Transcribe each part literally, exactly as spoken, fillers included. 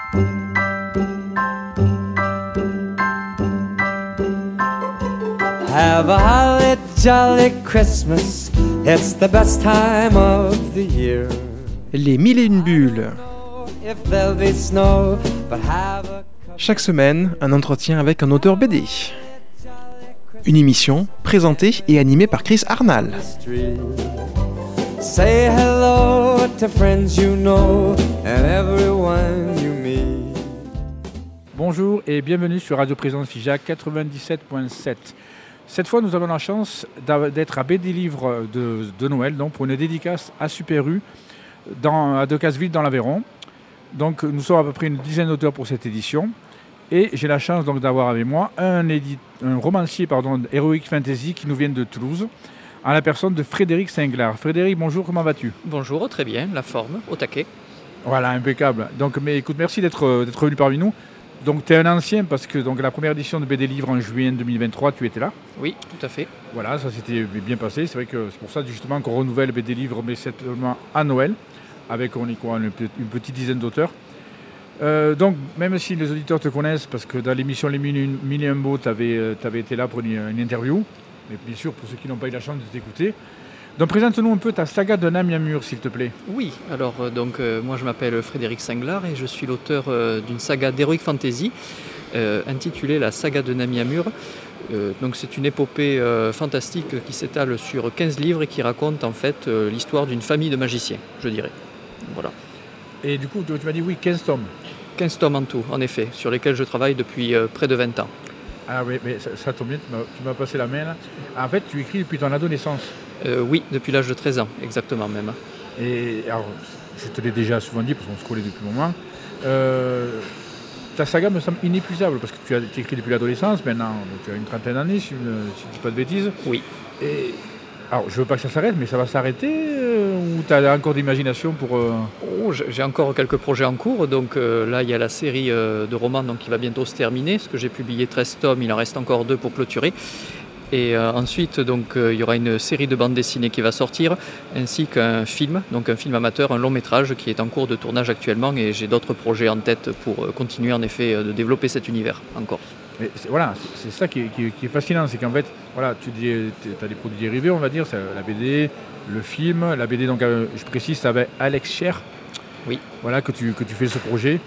Have a holly jolly Christmas, it's the best time of the year. Les mille et une bulles. Chaque semaine, un entretien avec un auteur B D. Une émission présentée et animée par Chris Arnall. Say hello to friends you know and everyone you meet. Bonjour et bienvenue sur Radio Présence Figeac quatre-vingt-dix-sept virgule sept. Cette fois, nous avons la chance d'être à B D Livre de, de Noël, donc pour une dédicace à Super U, dans, à Decazeville, dans l'Aveyron. Donc, nous sommes à peu près une dizaine d'auteurs pour cette édition. Et j'ai la chance donc d'avoir avec moi un, édit, un romancier pardon, Heroic Fantasy qui nous vient de Toulouse, à la personne de Frédéric Singlard. Frédéric, bonjour, comment vas-tu ? Bonjour, très bien, la forme, au taquet. Voilà, impeccable. Donc, mais écoute, merci d'être, d'être venu parmi nous. Donc tu es un ancien parce que donc, la première édition de B D Livre en juillet deux mille vingt-trois, tu étais là. Oui, tout à fait. Voilà, ça s'était bien passé. C'est vrai que c'est pour ça justement qu'on renouvelle B D Livre, mais certainement à Noël, avec on est quoi, une, une petite dizaine d'auteurs. Euh, donc même si les auditeurs te connaissent, parce que dans l'émission Les Mille et un Mots, tu avais euh, été là pour une, une interview, mais bien sûr pour ceux qui n'ont pas eu la chance de t'écouter. Donc présente-nous un peu ta saga de Namur, s'il te plaît. Oui, alors euh, donc euh, moi je m'appelle Frédéric Singlard et je suis l'auteur euh, d'une saga d'Heroic Fantasy euh, intitulée La saga de Namur. Euh, donc c'est une épopée euh, fantastique qui s'étale sur quinze livres et qui raconte en fait euh, l'histoire d'une famille de magiciens, je dirais. Voilà. Et du coup, tu m'as dit oui, quinze tomes. quinze tomes en tout, en effet, sur lesquels je travaille depuis euh, près de vingt ans. Ah oui, mais ça, ça tombe bien, tu m'as, tu m'as passé la main là. En fait, tu écris depuis ton adolescence. Euh, oui, depuis l'âge de treize ans, exactement même. Et alors, je te l'ai déjà souvent dit, parce qu'on se connaît depuis un moment, euh, ta saga me semble inépuisable, parce que tu as écrit depuis l'adolescence, maintenant tu as une trentaine d'années, si je ne dis pas de bêtises. Oui. Et alors, je veux pas que ça s'arrête, mais ça va s'arrêter euh, ou tu as encore d'imagination pour... Euh... Oh, j'ai encore quelques projets en cours, donc euh, là il y a la série euh, de romans donc, qui va bientôt se terminer, parce que j'ai publié treize tomes, il en reste encore deux pour clôturer. Et euh, ensuite, donc, euh, il y aura une série de bandes dessinées qui va sortir, ainsi qu'un film, donc un film amateur, un long métrage qui est en cours de tournage actuellement, et j'ai d'autres projets en tête pour euh, continuer en effet euh, de développer cet univers encore. Mais c'est, voilà, c'est, c'est ça qui est, qui, est, qui est fascinant, c'est qu'en fait, voilà, tu dis, as des produits dérivés, on va dire, c'est la B D, le film, la B D, donc euh, je précise, c'est avec Alex Cher, oui, voilà, que tu, que tu fais ce projet,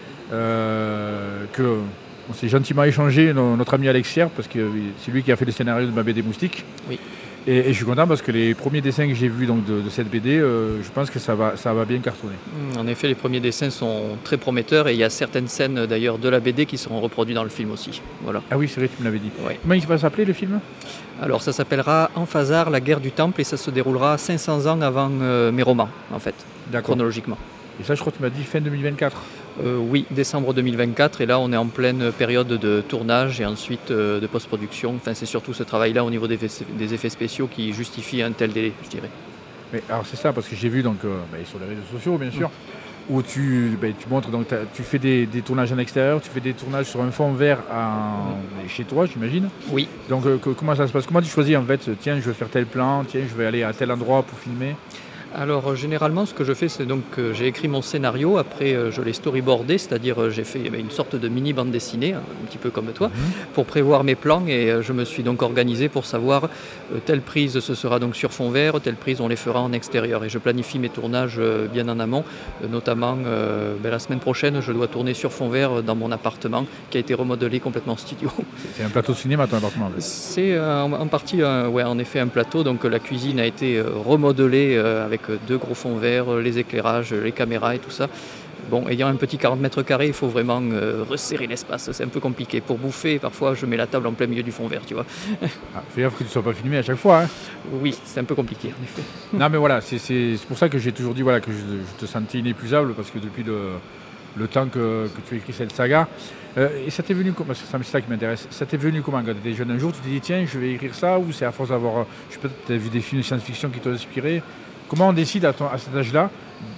euh, que on s'est gentiment échangé, notre ami Alex Cher, parce que c'est lui qui a fait le scénario de ma B D Moustique. Oui. Et, et je suis content parce que les premiers dessins que j'ai vus donc, de, de cette B D, euh, je pense que ça va, ça va bien cartonner. En effet, les premiers dessins sont très prometteurs et il y a certaines scènes d'ailleurs de la B D qui seront reproduites dans le film aussi. Voilà. Ah oui, c'est vrai, tu me l'avais dit. Ouais. Comment il va s'appeler le film ? Alors ça s'appellera Amphasar, la guerre du Temple, et ça se déroulera cinq cents ans avant euh, mes romans, en fait, D'accord. Chronologiquement. Et ça, je crois que tu m'as dit fin deux mille vingt-quatre. Euh, oui, décembre deux mille vingt-quatre, et là on est en pleine période de tournage et ensuite euh, de post-production. Enfin, c'est surtout ce travail-là au niveau des, des effets spéciaux qui justifie un tel délai, je dirais. Mais alors c'est ça, parce que j'ai vu donc, euh, bah, sur les réseaux sociaux, bien sûr, mmh. où tu, bah, tu montres, donc tu fais des, des tournages en extérieur, tu fais des tournages sur un fond vert en, mmh. chez toi, j'imagine. Oui. Donc euh, que, comment ça se passe ? Comment tu choisis en fait, tiens, je vais faire tel plan, tiens, je vais aller à tel endroit pour filmer ? Alors généralement ce que je fais c'est donc que euh, j'ai écrit mon scénario, après euh, je l'ai storyboardé, c'est-à-dire euh, j'ai fait euh, une sorte de mini bande dessinée, un petit peu comme toi, mmh. pour prévoir mes plans, et euh, je me suis donc organisé pour savoir euh, telle prise ce sera donc sur fond vert, telle prise on les fera en extérieur, et je planifie mes tournages euh, bien en amont, euh, notamment euh, ben, la semaine prochaine je dois tourner sur fond vert dans mon appartement qui a été remodelé complètement en studio. C'est un plateau de cinéma ton appartement ? C'est euh, en, en partie euh, ouais, en effet un plateau, donc euh, la cuisine a été euh, remodelée euh, avec deux gros fonds verts, les éclairages, les caméras et tout ça. Bon, ayant un petit quarante mètres carrés, il faut vraiment euh, resserrer l'espace, c'est un peu compliqué. Pour bouffer, parfois je mets la table en plein milieu du fond vert, tu vois. Ah, fais gaffe que tu ne sois pas filmé à chaque fois. Hein. Oui, c'est un peu compliqué en effet. Non mais voilà, c'est, c'est, c'est pour ça que j'ai toujours dit voilà, que je, je te sentais inépuisable, parce que depuis le, le temps que, que tu as écrit cette saga, euh, et ça t'est venu comment, c'est ça qui m'intéresse, ça t'est venu comment quand tu étais jeune un jour, tu t'es dit tiens, je vais écrire ça, ou c'est à force d'avoir, je sais pas, tu as vu des films de science-fiction qui t'ont inspiré ? Comment on décide à, ton, à cet âge-là,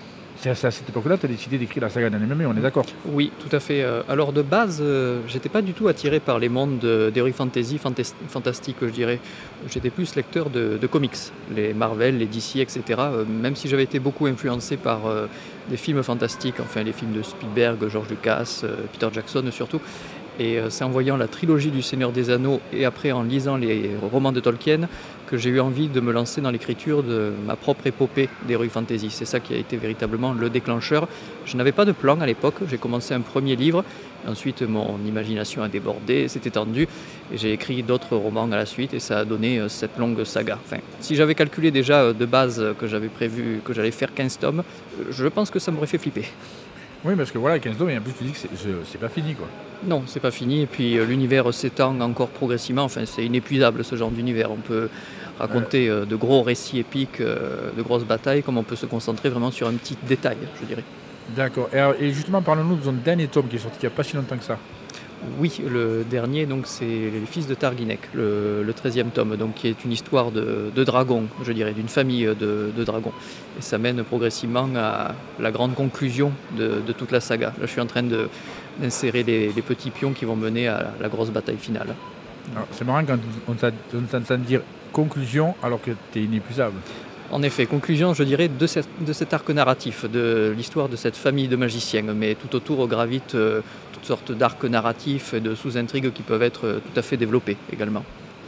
c'est à cette époque-là que tu as décidé d'écrire la saga d'Anne-Mémé, on est d'accord? Oui, tout à fait. Alors de base, euh, j'étais pas du tout attiré par les mondes d'heroic fantasy, fantas- fantastique, je dirais. J'étais plus lecteur de, de comics, les Marvel, les D C, et cetera. Euh, même si j'avais été beaucoup influencé par euh, des films fantastiques, enfin les films de Spielberg, George Lucas, euh, Peter Jackson surtout. Et euh, c'est en voyant la trilogie du Seigneur des Anneaux et après en lisant les romans de Tolkien que j'ai eu envie de me lancer dans l'écriture de ma propre épopée d'Heroic Fantasy. C'est ça qui a été véritablement le déclencheur. Je n'avais pas de plan à l'époque, j'ai commencé un premier livre, ensuite mon imagination a débordé, s'est étendue, et j'ai écrit d'autres romans à la suite et ça a donné euh, cette longue saga. Enfin, si j'avais calculé déjà euh, de base euh, que j'avais prévu que j'allais faire quinze tomes, euh, je pense que ça m'aurait fait flipper. Oui, parce que voilà, quinze tomes, et en plus tu dis que c'est, c'est, c'est pas fini, quoi. Non, c'est pas fini, et puis euh, l'univers s'étend encore progressivement, enfin c'est inépuisable ce genre d'univers. On peut raconter euh, de gros récits épiques, euh, de grosses batailles, comme on peut se concentrer vraiment sur un petit détail, je dirais. D'accord. Et, alors, et justement, parlons-nous de ton dernier tome qui est sorti il n'y a pas si longtemps que ça. Oui, le dernier, donc, c'est Les Fils de Targuinec, le, le treizième tome, donc, qui est une histoire de, de dragons, je dirais, d'une famille de, de dragons. Et ça mène progressivement à la grande conclusion de, de toute la saga. Là, je suis en train de, d'insérer les, les petits pions qui vont mener à la, la grosse bataille finale. Alors, c'est marrant quand on, t'a, on t'entend dire conclusion alors que tu es inépuisable. En effet, conclusion, je dirais, de, cette, de cet arc narratif, de l'histoire de cette famille de magiciens, mais tout autour gravitent euh, toutes sortes d'arcs narratifs et de sous-intrigues qui peuvent être euh, tout à fait développés également.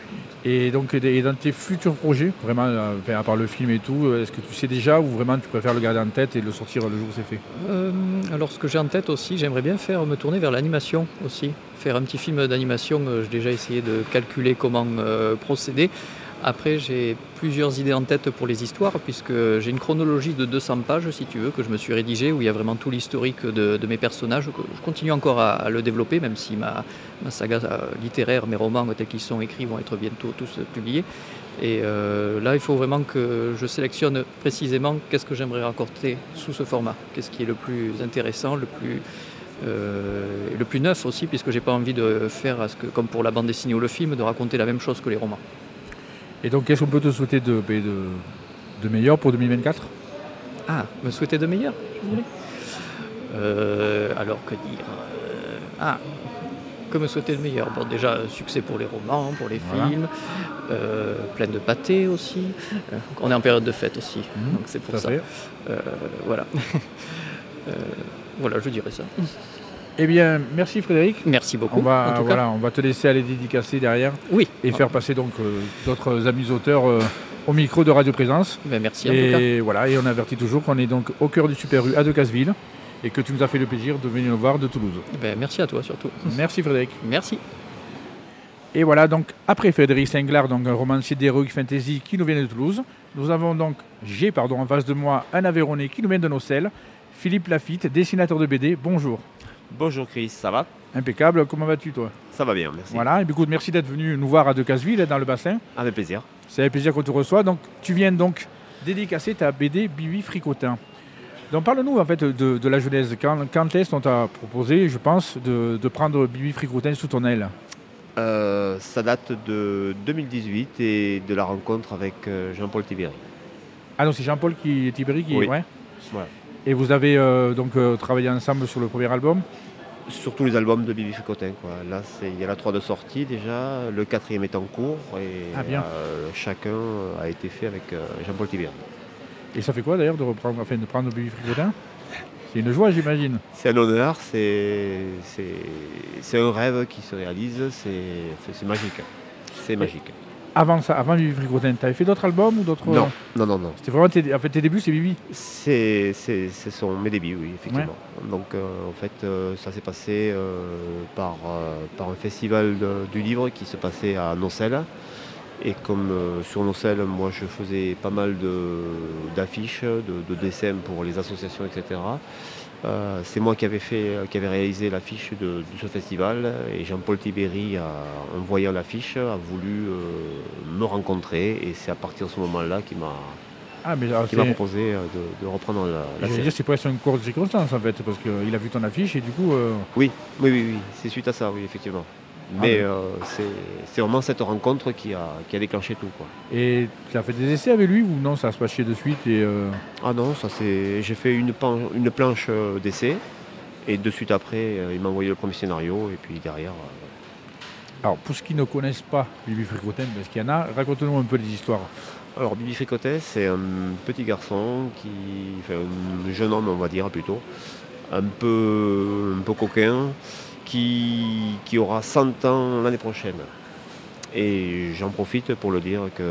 Et donc, et dans tes futurs projets, vraiment, à part le film et tout, est-ce que tu sais déjà ou vraiment tu préfères le garder en tête et le sortir le jour où c'est fait? euh, Alors, ce que j'ai en tête aussi, j'aimerais bien faire me tourner vers l'animation aussi, faire un petit film d'animation. Euh, j'ai déjà essayé de calculer comment euh, procéder. Après, j'ai plusieurs idées en tête pour les histoires, puisque j'ai une chronologie de deux cents pages, si tu veux, que je me suis rédigée, où il y a vraiment tout l'historique de, de mes personnages. Je continue encore à, à le développer, même si ma, ma saga littéraire, mes romans tels qu'ils sont écrits, vont être bientôt tous publiés. Et euh, là, il faut vraiment que je sélectionne précisément qu'est-ce que j'aimerais raconter sous ce format, qu'est-ce qui est le plus intéressant, le plus... Euh, le plus neuf aussi, puisque j'ai pas envie de faire, à ce que, comme pour la bande dessinée ou le film, de raconter la même chose que les romans. Et donc, qu'est-ce qu'on peut te souhaiter de, de, de meilleur pour deux mille vingt-quatre? Ah, me souhaiter de meilleur, je dirais. Euh, alors, que dire euh, Ah, que me souhaiter de meilleur? Bon, déjà, succès pour les romans, pour les voilà. films, euh, plein de pâtés aussi. Euh, on est en période de fête aussi, Mmh, donc c'est pour ça. Euh, voilà. euh, voilà, je dirais ça. Eh bien, merci Frédéric. Merci beaucoup. On va, en tout voilà, cas. on va te laisser aller dédicacer derrière. Oui. Et faire passer donc euh, d'autres amis auteurs euh, au micro de Radio Présence. Ben, merci en et tout cas. Voilà, et on avertit toujours qu'on est donc au cœur du Super U à Decazeville et que tu nous as fait le plaisir de venir nous voir de Toulouse. Ben, merci à toi surtout. Merci Frédéric. Merci. Et voilà, donc après Frédéric Singlard, donc un romancier d'Heroic Fantasy qui nous vient de Toulouse, nous avons donc, j'ai pardon, en face de moi un Aveyronais qui nous vient de Nocelles, Philippe Lafitte, dessinateur de B D. Bonjour. Bonjour Chris, ça va? Impeccable, comment vas-tu toi? Ça va bien, merci. Voilà, et bien, écoute, merci d'être venu nous voir à Decazeville, dans le bassin. Avec plaisir. C'est avec plaisir qu'on te reçoit. Donc, tu viens donc dédicacer ta B D Bibi Fricotin. Donc, parle-nous en fait de, de la genèse. Quand, quand est-ce qu'on t'a proposé, je pense, de, de prendre Bibi Fricotin sous ton aile? euh, Ça date de deux mille dix-huit et de la rencontre avec euh, Jean-Paul Tibéri. Ah non, c'est Jean-Paul qui, Tibéri qui Oui. est... Ouais. Voilà. Et vous avez euh, donc euh, travaillé ensemble sur le premier album? Surtout les albums de Bibi Fricotin, quoi. Là, c'est, il y en a trois de sortie déjà, le quatrième est en cours et Ah, bien. euh, chacun a été fait avec euh, Jean-Paul Tibéri. Et ça fait quoi d'ailleurs de reprendre, enfin, de prendre Bibi Fricotin? C'est une joie, j'imagine. C'est un honneur, c'est, c'est, c'est un rêve qui se réalise, c'est, c'est, c'est magique. C'est magique. Avant ça, avant Bibi Fricotin, tu avais fait d'autres albums ou d'autres... Non, non, non, non. C'était vraiment tes, en fait, tes débuts, c'est Bibi? C'est, c'est, ce sont mes débuts, oui, effectivement. Donc, euh, en fait, euh, ça s'est passé euh, par, euh, par un festival de- du livre qui se passait à Nocelles. Et comme euh, sur Nocelles, moi, je faisais pas mal de, d'affiches, de, de dessins pour les associations, et cetera. Euh, c'est moi qui avais, fait, qui avais réalisé l'affiche de, de ce festival. Et Jean-Paul Tibéri, a, en voyant l'affiche, a voulu euh, me rencontrer. Et c'est à partir de ce moment-là qu'il m'a... Ah, mais alors, qui m'a c'est- proposé euh, de, de reprendre la, la je veux série. dire, c'est presque une course de circonstances en fait, parce qu'il a vu ton affiche et du coup... euh, Oui, oui, oui, oui, c'est suite à ça, oui, effectivement. Mais Ah, euh, c'est, c'est vraiment cette rencontre qui a, qui a déclenché tout, quoi. Et tu as fait des essais avec lui ou non, ça se passait de suite et euh, Ah non, ça c'est. J'ai fait une, pan- une planche euh, d'essai et de suite après, euh, il m'a envoyé le premier scénario et puis derrière. euh, Alors, pour ceux qui ne connaissent pas Bibi Fricotin, parce qu'il y en a, raconte-nous un peu les histoires. Alors Bibi Fricotin, c'est un petit garçon qui. Enfin, un jeune homme, on va dire plutôt, un peu, un peu coquin, qui, qui aura cent ans l'année prochaine. Et j'en profite pour le dire que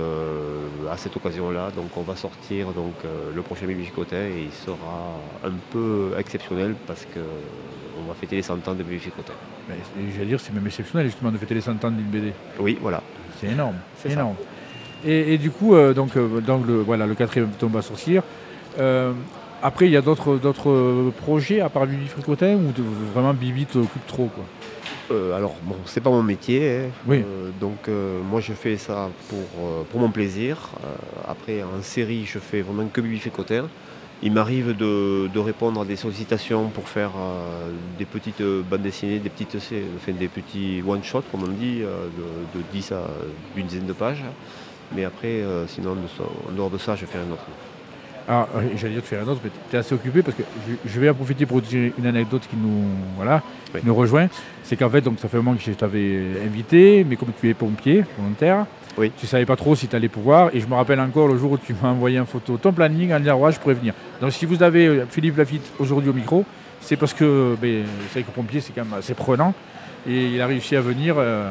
à cette occasion-là, donc on va sortir donc euh, le prochain Bibi Fricotin et il sera un peu exceptionnel parce que on va fêter les cent ans de Bibi Fricotin. Ben, et j'allais dire, c'est même exceptionnel justement de fêter les cent ans d'une B D. Oui, voilà. C'est énorme, C'est ça. énorme. Et, et du coup, euh, donc, euh, donc le, voilà, le quatrième tome va sortir. Euh, après, il y a d'autres, d'autres euh, projets à part Bibi Fricotin ou de- vraiment Bibi t'occupe trop quoi. Euh, alors bon, c'est pas mon métier, hein. Oui. Euh, donc euh, moi je fais ça pour, euh, pour mon plaisir. Euh, après en série, je fais vraiment que Bibi Fricotin. Il m'arrive de, de répondre à des sollicitations pour faire euh, des petites euh, bandes dessinées, des petites, sé- enfin, des petits one shot comme on dit, euh, de, de dix à une dizaine de pages. Mais après, euh, sinon de ça- en dehors de ça, je fais un autre. Alors, euh, j'allais dire de faire un autre, mais tu es assez occupé parce que je, je vais en profiter pour dire une anecdote qui nous, voilà, Oui. qui nous rejoint. C'est qu'en fait, donc, ça fait un moment que je t'avais invité, mais comme tu es pompier volontaire, Oui. tu ne savais pas trop si tu allais pouvoir. Et je me rappelle encore le jour où tu m'as envoyé une photo, ton planning, en disant ouais, je pourrais venir. Donc, si vous avez euh, Philippe Lafitte aujourd'hui au micro, c'est parce que ben, vous savez que pompier, c'est quand même assez prenant. Et il a réussi à venir euh,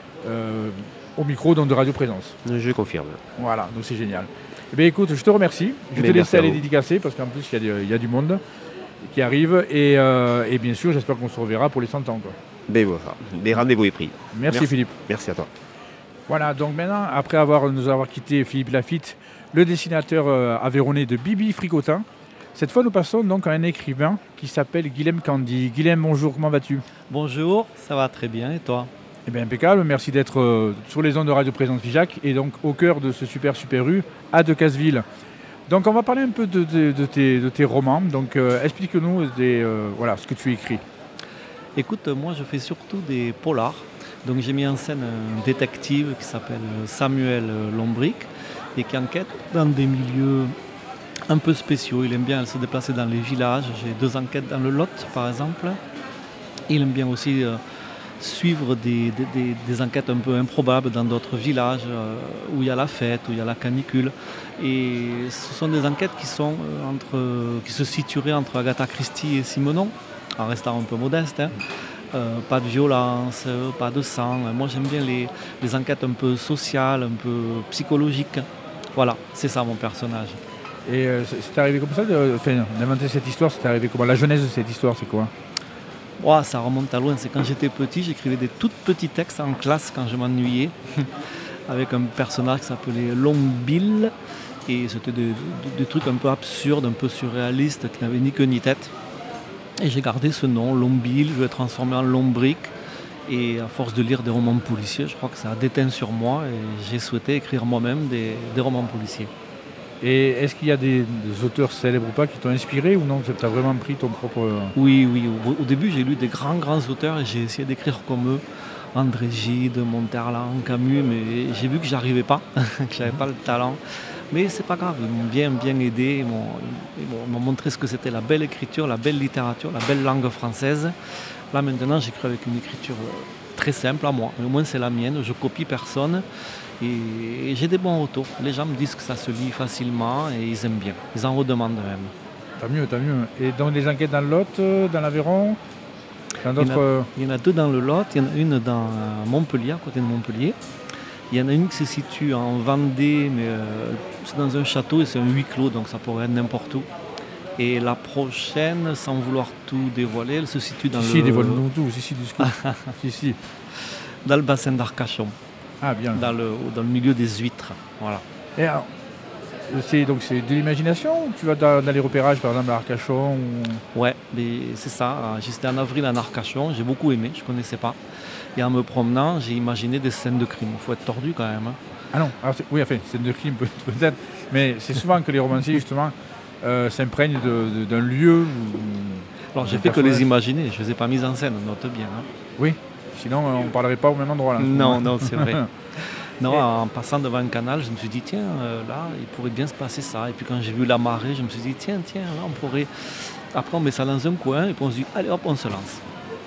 euh, au micro donc, de Radio Présence. Je confirme. Voilà, donc c'est génial. Eh bien, écoute, je te remercie. Je Mais te merci laisse à aller vous. dédicacer parce qu'en plus, il y, a du- il y a du monde qui arrive. Et, euh, et bien sûr, j'espère qu'on se reverra pour les cent ans. Quoi. Mais voilà, les rendez-vous est pris. Merci, Merci. Philippe. Merci à toi. Voilà, donc maintenant, après avoir, nous avoir quitté Philippe Lafitte, le dessinateur euh, aveyronnais de Bibi Fricotin, cette fois, nous passons donc à un écrivain qui s'appelle Guilhem Candy. Guilhem, bonjour, comment vas-tu? Bonjour, ça va très bien et toi? Eh bien, impeccable, merci d'être euh, sur les ondes de Radio Présence Figeac et donc au cœur de ce super super U à Decazeville. Donc on va parler un peu de, de- de tes, de tes romans. Donc euh, explique-nous des, euh, voilà, ce que tu écris. Écoute, moi je fais surtout des polars. Donc j'ai mis en scène un détective qui s'appelle Samuel Lombric et qui enquête dans des milieux un peu spéciaux. Il aime bien se déplacer dans les villages. J'ai deux enquêtes dans le Lot par exemple. Il aime bien aussi euh, suivre des, des- des- des enquêtes un peu improbables dans d'autres villages euh, où il y a la fête, où il y a la canicule. Et ce sont des enquêtes qui, sont, euh, entre, qui se situeraient entre Agatha Christie et Simenon, en restant un peu modeste. hein. Euh, pas de violence, euh, pas de sang. Moi j'aime bien les, les enquêtes un peu sociales, un peu psychologiques. Voilà, c'est ça mon personnage. Et euh, c'est c'est arrivé comme ça de- enfin, d'inventer cette histoire, c'est arrivé comment? La genèse de cette histoire, c'est quoi? Ouah, ça remonte à loin, c'est quand j'étais petit, j'écrivais des tout petits textes en classe quand je m'ennuyais, avec un personnage qui s'appelait Lombil, et c'était des, des- des trucs un peu absurdes, un peu surréalistes, qui n'avaient ni queue ni tête. Et j'ai gardé ce nom, Lombil, je l'ai transformé en Lombric, et à force de lire des romans policiers, je crois que ça a déteint sur moi, et j'ai souhaité écrire moi-même des, des romans policiers. Et est-ce qu'il y a des, des auteurs célèbres ou pas qui t'ont inspiré ou non? Tu as vraiment pris ton propre... euh, Oui, oui. Au, au début, j'ai lu des grands, grands auteurs et j'ai essayé d'écrire comme eux. André Gide, Monterland, Camus, mais j'ai vu que j'arrivais pas, que j'avais pas le talent. Mais c'est pas grave, ils m'ont bien, bien aidé, ils m'ont, ils m'ont- ils m'ont montré ce que c'était la belle écriture, la belle littérature, la belle langue française. Là maintenant, j'écris avec une écriture euh, très simple à moi, mais au moins c'est la mienne, je copie personne. Et, et j'ai des bons retours. Les gens me disent que ça se lit facilement et ils aiment bien. Ils en redemandent même. Tant mieux, tant mieux. Et donc des enquêtes dans le Lot, euh, dans l'Aveyron, dans Il y en d'autres... a- euh, Il y en a deux dans le Lot, il y en a une dans euh, Montpellier, à côté de Montpellier. Il y en a une qui se situe en Vendée, mais euh, c'est dans un château et c'est un huis clos, donc ça pourrait être n'importe où. Et la prochaine, sans vouloir tout dévoiler, elle se situe dans, Si, si, le, dévoile-nous tout, si, si, du scoop. si, si. dans le bassin d'Arcachon, Ah, bien. dans le, dans le milieu des huîtres. Voilà. Et alors, c'est, donc c'est de l'imagination ou tu vas dans, dans les repérages, par exemple à Arcachon ou... Ouais, mais c'est ça. J'étais en avril en Arcachon, j'ai beaucoup aimé, je ne connaissais pas. Et en me promenant, j'ai imaginé des scènes de crime. Il faut être tordu quand même. hein. Ah non, alors c'est- oui, enfin, c'est de crime peut- peut-être, mais c'est souvent que les romanciers, justement, euh, s'imprègnent de- de- d'un lieu où... Alors j'ai Un fait que personnage. les imaginer, je ne les ai pas mises en scène, note bien. hein. Oui. Sinon, on ne parlerait pas au même endroit. Là, non, non, c'est vrai. Non, et... en passant devant un canal, je me suis dit, tiens, euh, là, il pourrait bien se passer ça. Et puis quand j'ai vu la marée, je me suis dit, tiens, tiens, là, on pourrait... Après, on met ça dans un coin et puis on se dit, allez, hop, on se lance.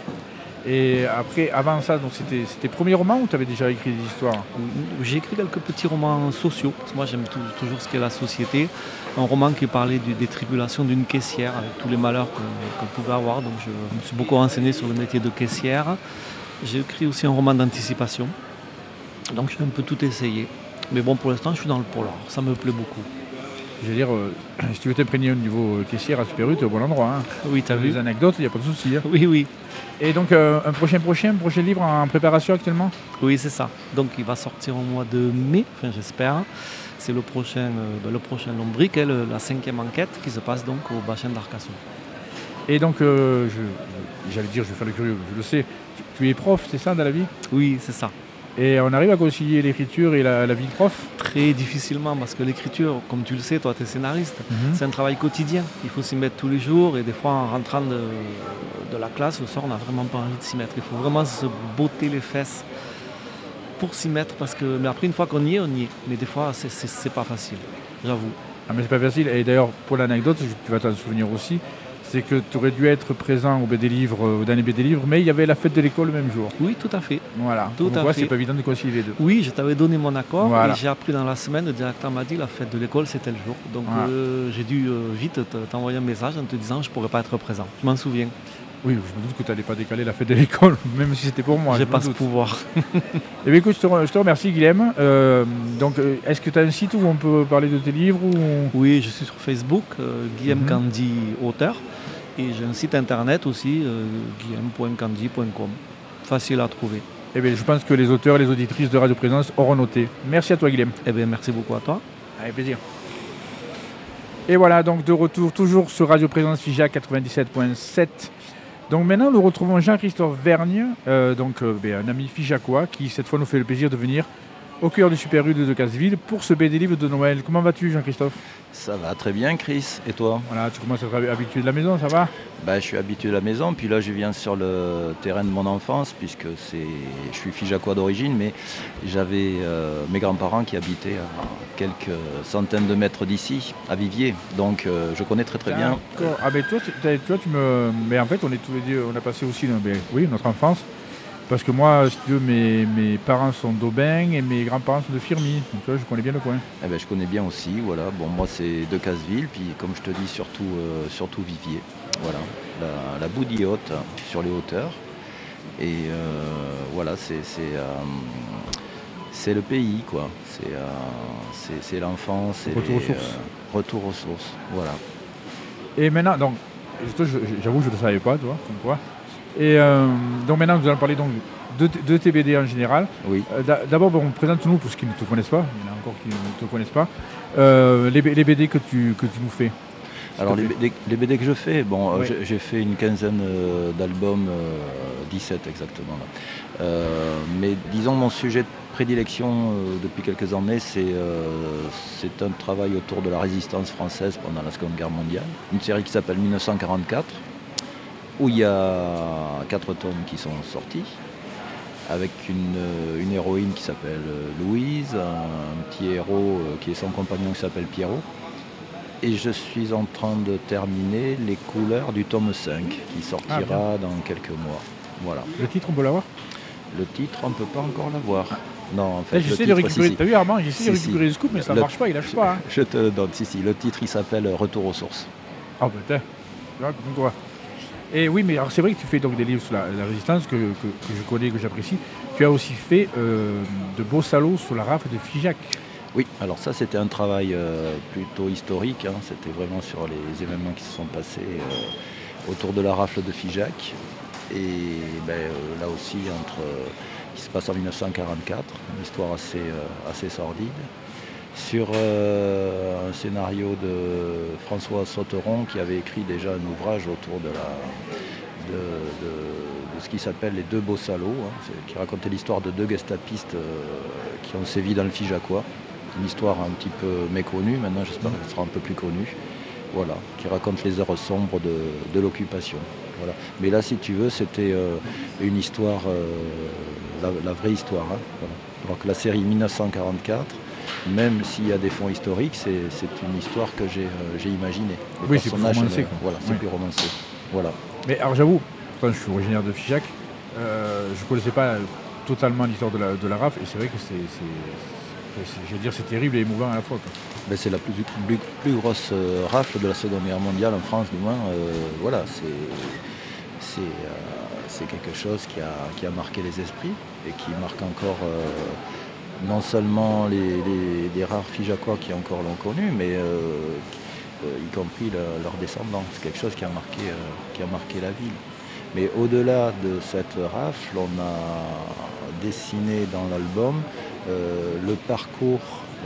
Et après, avant ça, donc c'était, c'était premier roman ou tu avais déjà écrit des histoires? J'ai écrit quelques petits romans sociaux, parce que moi j'aime tout, toujours ce qu'est la société. Un roman qui parlait du, des tribulations d'une caissière, avec tous les malheurs qu'on, qu'on pouvait avoir. Donc je me suis beaucoup renseigné sur le métier de caissière. J'ai écrit aussi un roman d'anticipation. Donc j'ai un peu tout essayé. Mais bon, pour l'instant, je suis dans le polar. Ça me plaît beaucoup. Je veux dire, euh, si tu veux t'imprégner au niveau euh, caissière à Super U, tu es au bon endroit. Hein. Oui, tu as vu. Les anecdotes, il n'y a pas de souci. Hein. Oui, oui. Et donc, euh, un prochain prochain, prochain livre en préparation actuellement? Oui, c'est ça. Donc, il va sortir au mois de mai, enfin, j'espère. C'est le prochain, euh, ben, le prochain Lombric, hein, le, la cinquième enquête qui se passe donc au bassin d'Arcasson. Et donc, euh, je, j'allais dire, je vais faire le curieux, je le sais. Tu, tu es prof, c'est ça, dans la vie? Oui, c'est ça. Et on arrive à concilier l'écriture et la, la vie de prof? Très difficilement, parce que l'écriture, comme tu le sais, toi tu es scénariste, mm-hmm. c'est un travail quotidien. Il faut s'y mettre tous les jours et des fois en rentrant de, de la classe, le soir, on n'a vraiment pas envie de s'y mettre. Il faut vraiment se botter les fesses pour s'y mettre, parce que mais après une fois qu'on y est, on y est. Mais des fois, c'est, c'est, c'est pas facile, j'avoue. Ah mais c'est pas facile. Et d'ailleurs, pour l'anecdote, tu vas t'en souvenir aussi, c'est que tu aurais dû être présent au B D Livre, au dernier B D Livre, mais il y avait la fête de l'école le même jour. Oui, tout à fait. Voilà. Tout à voit, fait. C'est pas évident de concilier les deux. Oui, je t'avais donné mon accord voilà. et j'ai appris dans la semaine, le directeur m'a dit la fête de l'école c'était le jour. Donc voilà. euh, j'ai dû euh, vite t'envoyer un message en te disant je pourrais pas être présent. Je m'en souviens. Oui, je me doute que tu n'allais pas décaler la fête de l'école, même si c'était pour moi. J'ai pas ce pouvoir. Eh bien, écoute, je te, je te remercie, Guilhem. Euh, donc, est-ce que tu as un site où on peut parler de tes livres ou... Oui, je suis sur Facebook, euh, Guilhem mm-hmm. Candy, auteur. Et j'ai un site internet aussi, euh, guilhem point candy point com. Facile à trouver. Eh bien, je pense que les auteurs et les auditrices de Radio Présence auront noté. Merci à toi, Guilhem. Eh bien, merci beaucoup à toi. Avec plaisir. Et voilà, donc de retour toujours sur Radio Présence Figeac quatre-vingt-dix-sept point sept. Donc maintenant, nous retrouvons Jean-Christophe Vergne, euh, donc, euh, ben, un ami figeacois, qui cette fois nous fait le plaisir de venir au cœur du Super U de Decazeville pour ce B D Livre de Noël. Comment vas-tu, Jean-Christophe? Ça va très bien, Chris. Et toi? Voilà, tu commences à être habitué de la maison, ça va? Bah, je suis habitué de la maison, puis là je viens sur le terrain de mon enfance, puisque c'est, je suis figeacois d'origine, mais j'avais euh, mes grands-parents qui habitaient à quelques centaines de mètres d'ici, à Viviers, donc euh, je connais très très bien. D'accord. Ah ben toi, tu vois, tu me... Mais en fait, on est tous les deux, on a passé aussi, ben, oui, notre enfance. Parce que moi, si tu veux, mes, mes parents sont d'Aubin et mes grands-parents sont de Firmy. Donc tu vois, je connais bien le coin. Eh ben, je connais bien aussi, voilà. Bon, moi, c'est Decazeville, puis comme je te dis, surtout, euh, surtout Viviers. Voilà, la, la Bouddie haute, sur les hauteurs. Et euh, voilà, c'est, c'est, euh, c'est le pays, quoi. C'est, euh, c'est, c'est l'enfance. C'est retour les, aux sources. Euh, retour aux sources, voilà. Et maintenant, donc, j'avoue que je ne le savais pas, toi, comme quoi. Et euh, donc maintenant, nous allons parler donc de, de tes B D en général. Oui. Euh, d'abord, bon, présente-nous, pour ceux qui ne te connaissent pas, il y en a encore qui ne te connaissent pas, euh, les, les B D que tu, que tu nous fais. Alors les B D, les B D que je fais, bon, oui. euh, j'ai, j'ai fait une quinzaine euh, d'albums, euh, dix-sept exactement. Là. Euh, mais disons mon sujet de prédilection euh, depuis quelques années, c'est, euh, c'est un travail autour de la résistance française pendant la Seconde Guerre mondiale. Une série qui s'appelle mille neuf cent quarante-quatre. Où il y a quatre tomes qui sont sortis, avec une, une héroïne qui s'appelle Louise, un petit héros qui est son compagnon qui s'appelle Pierrot. Et je suis en train de terminer les couleurs du tome cinq, qui sortira ah, dans quelques mois. Voilà. Le titre, on peut l'avoir? Le titre, on ne peut pas encore l'avoir. Non, en fait, là, j'essaie de récupérer, si, t'as vu Armand, j'essaie si, de récupérer si. le scoop, mais ça ne marche pas, il lâche je, pas. Hein. Je te le donne, si, si. Le titre, il s'appelle Retour aux sources. Ah, oh, peut-être. Tu vois, comme toi. Et oui, mais alors c'est vrai que tu fais donc des livres sur la, la résistance que, que, que je connais, que j'apprécie. Tu as aussi fait euh, de beaux salauds sur la rafle de Figeac. Oui, alors ça c'était un travail euh, plutôt historique. Hein. C'était vraiment sur les événements qui se sont passés euh, autour de la rafle de Figeac. Et ben, euh, là aussi, entre euh, qui se passe en mille neuf cent quarante-quatre, une histoire assez, euh, assez sordide. Sur euh, un scénario de François Sauteron qui avait écrit déjà un ouvrage autour de, la, de, de, de ce qui s'appelle Les Deux Beaux Salauds, hein, qui racontait l'histoire de deux gestapistes euh, qui ont sévi dans le Figeacois. Une histoire un petit peu méconnue, maintenant j'espère qu'elle sera un peu plus connue. Voilà, qui raconte les heures sombres de, de l'occupation. Voilà. Mais là, si tu veux, c'était euh, une histoire, euh, la, la vraie histoire. Hein, voilà. Alors que la série mille neuf cent quarante-quatre, même s'il y a des fonds historiques, c'est, c'est une histoire que j'ai, euh, j'ai imaginée. Les oui, c'est plus romancé. euh, voilà, c'est oui. plus romancé. Voilà. Mais alors j'avoue, quand je suis originaire de Figeac, euh, je ne connaissais pas totalement l'histoire de la, de la rafle, et c'est vrai que c'est, c'est, c'est, je veux dire, c'est terrible et émouvant à la fois. Quoi. Ben, c'est la plus, plus, plus grosse euh, rafle de la Seconde Guerre mondiale en France, du moins. Euh, voilà, c'est, c'est, euh, c'est quelque chose qui a, qui a marqué les esprits et qui marque encore euh, non seulement les, les, les rares Figeacois qui encore l'ont connu, mais euh, euh, y compris le, leurs descendants. C'est quelque chose qui a marqué, euh, qui a marqué la ville. Mais au-delà de cette rafle, on a dessiné dans l'album euh, le parcours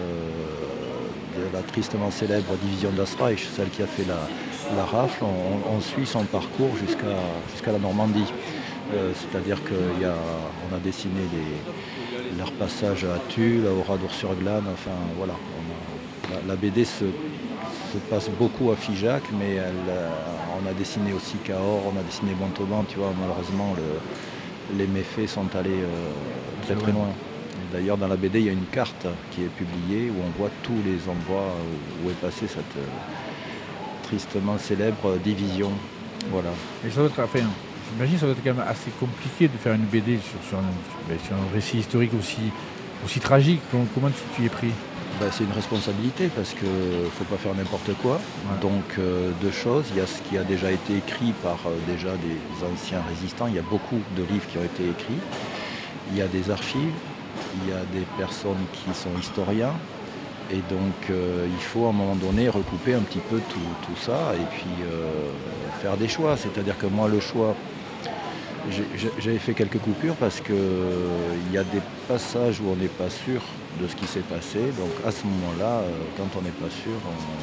euh, de la tristement célèbre division d'Astreich, celle qui a fait la, la rafle. On, on suit son parcours jusqu'à, jusqu'à la Normandie. Euh, c'est-à-dire qu'on a, a dessiné les, leur passage à Tulle, à Oradour-sur-Glane, enfin voilà. On a, la, la B D se, se passe beaucoup à Figeac, mais elle, euh, on a dessiné aussi Cahors, on a dessiné Montauban, tu vois, malheureusement le, les méfaits sont allés euh, très très loin. D'ailleurs dans la B D il y a une carte qui est publiée où on voit tous les endroits où est passée cette euh, tristement célèbre division. Voilà. Et ça doit être, enfin, j'imagine que ça doit être quand même assez compliqué de faire une B D sur, sur, un, sur un récit historique aussi, aussi tragique. Comment, comment tu, tu y es pris? Ben, c'est une responsabilité parce qu'il ne faut pas faire n'importe quoi. Ouais. Donc euh, deux choses, il y a ce qui a déjà été écrit par euh, déjà des anciens résistants, il y a beaucoup de livres qui ont été écrits, il y a des archives, il y a des personnes qui sont historiens et donc euh, il faut à un moment donné recouper un petit peu tout, tout ça et puis euh, faire des choix. C'est-à-dire que moi le choix, j'ai, j'avais fait quelques coupures parce qu'il euh, y a des passages où on n'est pas sûr de ce qui s'est passé. Donc à ce moment-là, euh, quand on n'est pas sûr,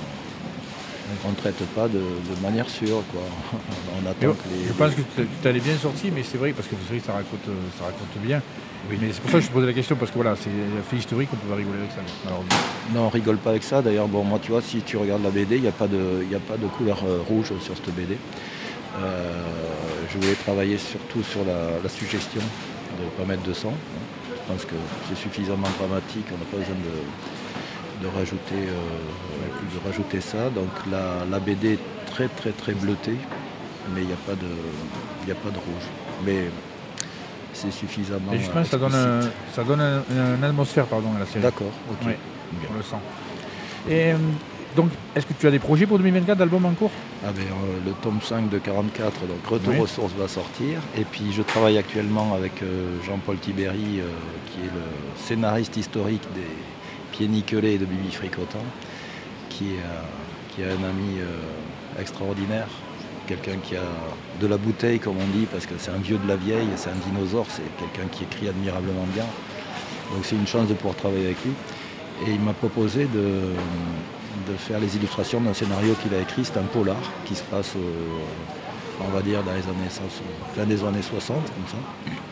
on ne traite pas de, de manière sûre. Quoi. On attend que les, je pense que tu t'allais bien sorti, mais c'est vrai, parce que c'est vrai que ça raconte, ça raconte bien. Oui. Mais c'est pour ça que je te posais la question, parce que voilà, c'est un fait historique, on peut pas rigoler avec ça. Alors, non, on rigole pas avec ça. D'ailleurs, bon, moi, tu vois, si tu regardes la B D, il n'y a pas de, il y a pas de couleur euh, rouge sur cette B D. Euh, je voulais travailler surtout sur la, la suggestion de ne pas mettre de sang. Je pense que c'est suffisamment dramatique, on n'a pas besoin de, de, rajouter, euh, de rajouter ça. Donc la, la B D est très très très bleutée, mais il n'y a pas de, il n'y a pas de rouge. Mais c'est suffisamment. Et justement, ça donne, un, ça donne un, une atmosphère pardon, à la série. D'accord, ok. Ouais, on le sent. Et donc, est-ce que tu as des projets pour deux mille vingt-quatre d'albums en cours? Ah ben, euh, le tome cinq de quarante-quatre, donc Retour oui. aux sources, va sortir. Et puis je travaille actuellement avec euh, Jean-Paul Tibéry, euh, qui est le scénariste historique des Pieds Nickelés et de Bibi Fricotant, qui est, euh, qui est un ami euh, extraordinaire. Quelqu'un qui a de la bouteille, comme on dit, parce que c'est un vieux de la vieille, c'est un dinosaure, c'est quelqu'un qui écrit admirablement bien. Donc c'est une chance de pouvoir travailler avec lui. Et il m'a proposé de... de faire les illustrations d'un scénario qu'il a écrit. C'est un polar qui se passe, euh, on va dire, dans les années fin des années soixante, comme ça.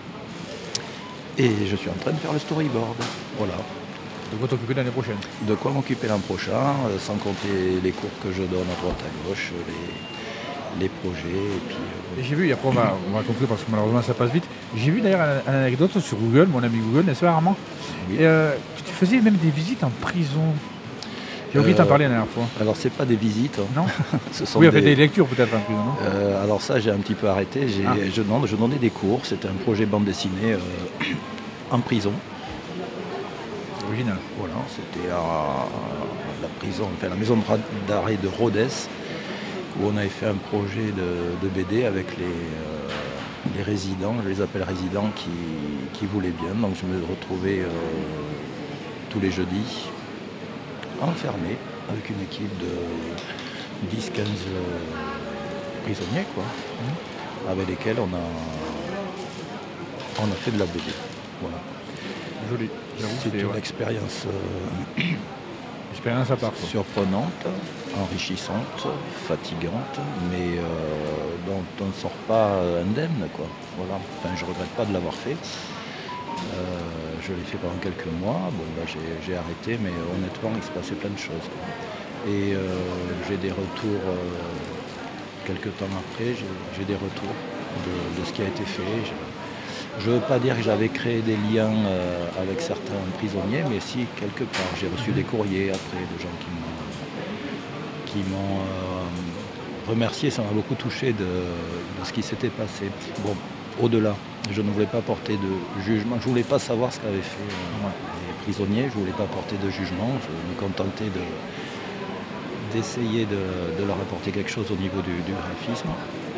Et je suis en train de faire le storyboard. Voilà. De quoi t'occuper l'année prochaine? De quoi m'occuper l'an prochain, euh, sans compter les cours que je donne à droite à gauche, les, les projets. Et, puis, euh, et j'ai vu, et après on va, on va conclure parce que malheureusement ça passe vite. J'ai vu d'ailleurs une anecdote sur Google, mon ami Google, n'est-ce pas Armand? Oui. Et, euh, tu faisais même des visites en prison. J'ai oublié de t'en parler la dernière fois. Alors c'est pas des visites. Non. Ce sont oui, des... fait des lectures peut-être en prison, non euh, Alors ça j'ai un petit peu arrêté. J'ai, ah. je, non, je donnais des cours. C'était un projet bande dessinée euh, en prison. C'est original. Voilà, c'était à la prison, enfin la maison d'arrêt de Rodez, où on avait fait un projet de, de B D avec les, euh, les résidents, je les appelle résidents, qui, qui voulaient bien. Donc je me retrouvais euh, tous les jeudis enfermé avec une équipe de dix quinze euh, prisonniers quoi, mmh. avec lesquels on a on a fait de la B D. Voilà. Joli. C'est une ouais. expérience euh, expérience à part, quoi. Surprenante, enrichissante, fatigante, mais euh, dont on ne sort pas indemne quoi. Voilà. Enfin je regrette pas de l'avoir fait. Euh, je l'ai fait pendant quelques mois, bon là j'ai, j'ai arrêté, mais honnêtement il se passait plein de choses. Et euh, j'ai des retours euh, quelques temps après, j'ai, j'ai des retours de, de ce qui a été fait. J'ai, je ne veux pas dire que j'avais créé des liens euh, avec certains prisonniers, mais si, quelque part. J'ai reçu des courriers après de gens qui m'ont, qui m'ont euh, remercié. Ça m'a beaucoup touché de, de ce qui s'était passé. Bon, au-delà, je ne voulais pas porter de jugement. Je ne voulais pas savoir ce qu'avaient fait euh, les prisonniers. Je ne voulais pas porter de jugement. Je me contentais de, d'essayer de, de leur apporter quelque chose au niveau du, du graphisme.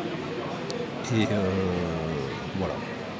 Et euh, voilà.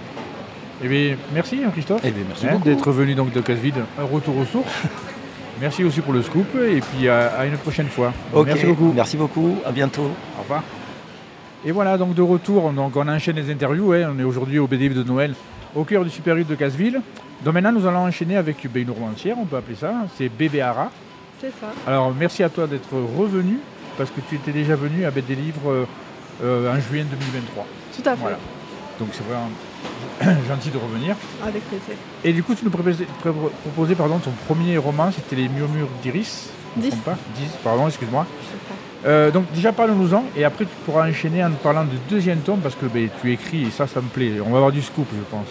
Eh bien, merci Christophe eh bien, merci hein, beaucoup. d'être venu donc de Casseville, un retour aux sources. Merci aussi pour le scoop et puis à, à une prochaine fois. Okay. Merci beaucoup. Merci beaucoup, à bientôt. Au revoir. Et voilà, donc de retour, donc on enchaîne les interviews. Hein. On est aujourd'hui au B D Livre de Noël, au cœur du Super huit de Casseville. Donc maintenant, nous allons enchaîner avec ben, une romancière, on peut appeler ça, c'est Bébé Hara. C'est ça. Alors merci à toi d'être revenu, parce que tu étais déjà venu à B D Livre euh, en juillet deux mille vingt-trois. Tout à fait. Voilà. Donc c'est vraiment gentil de revenir. Avec plaisir. Et du coup, tu nous proposais, proposais pardon, ton premier roman, c'était Les Murmures d'Iris. dix. Pas dix, pardon, excuse-moi. Euh, donc déjà, parle-nous-en, et après tu pourras enchaîner en nous parlant du deuxième tome, parce que ben, tu écris, et ça, ça me plaît. On va avoir du scoop, je pense.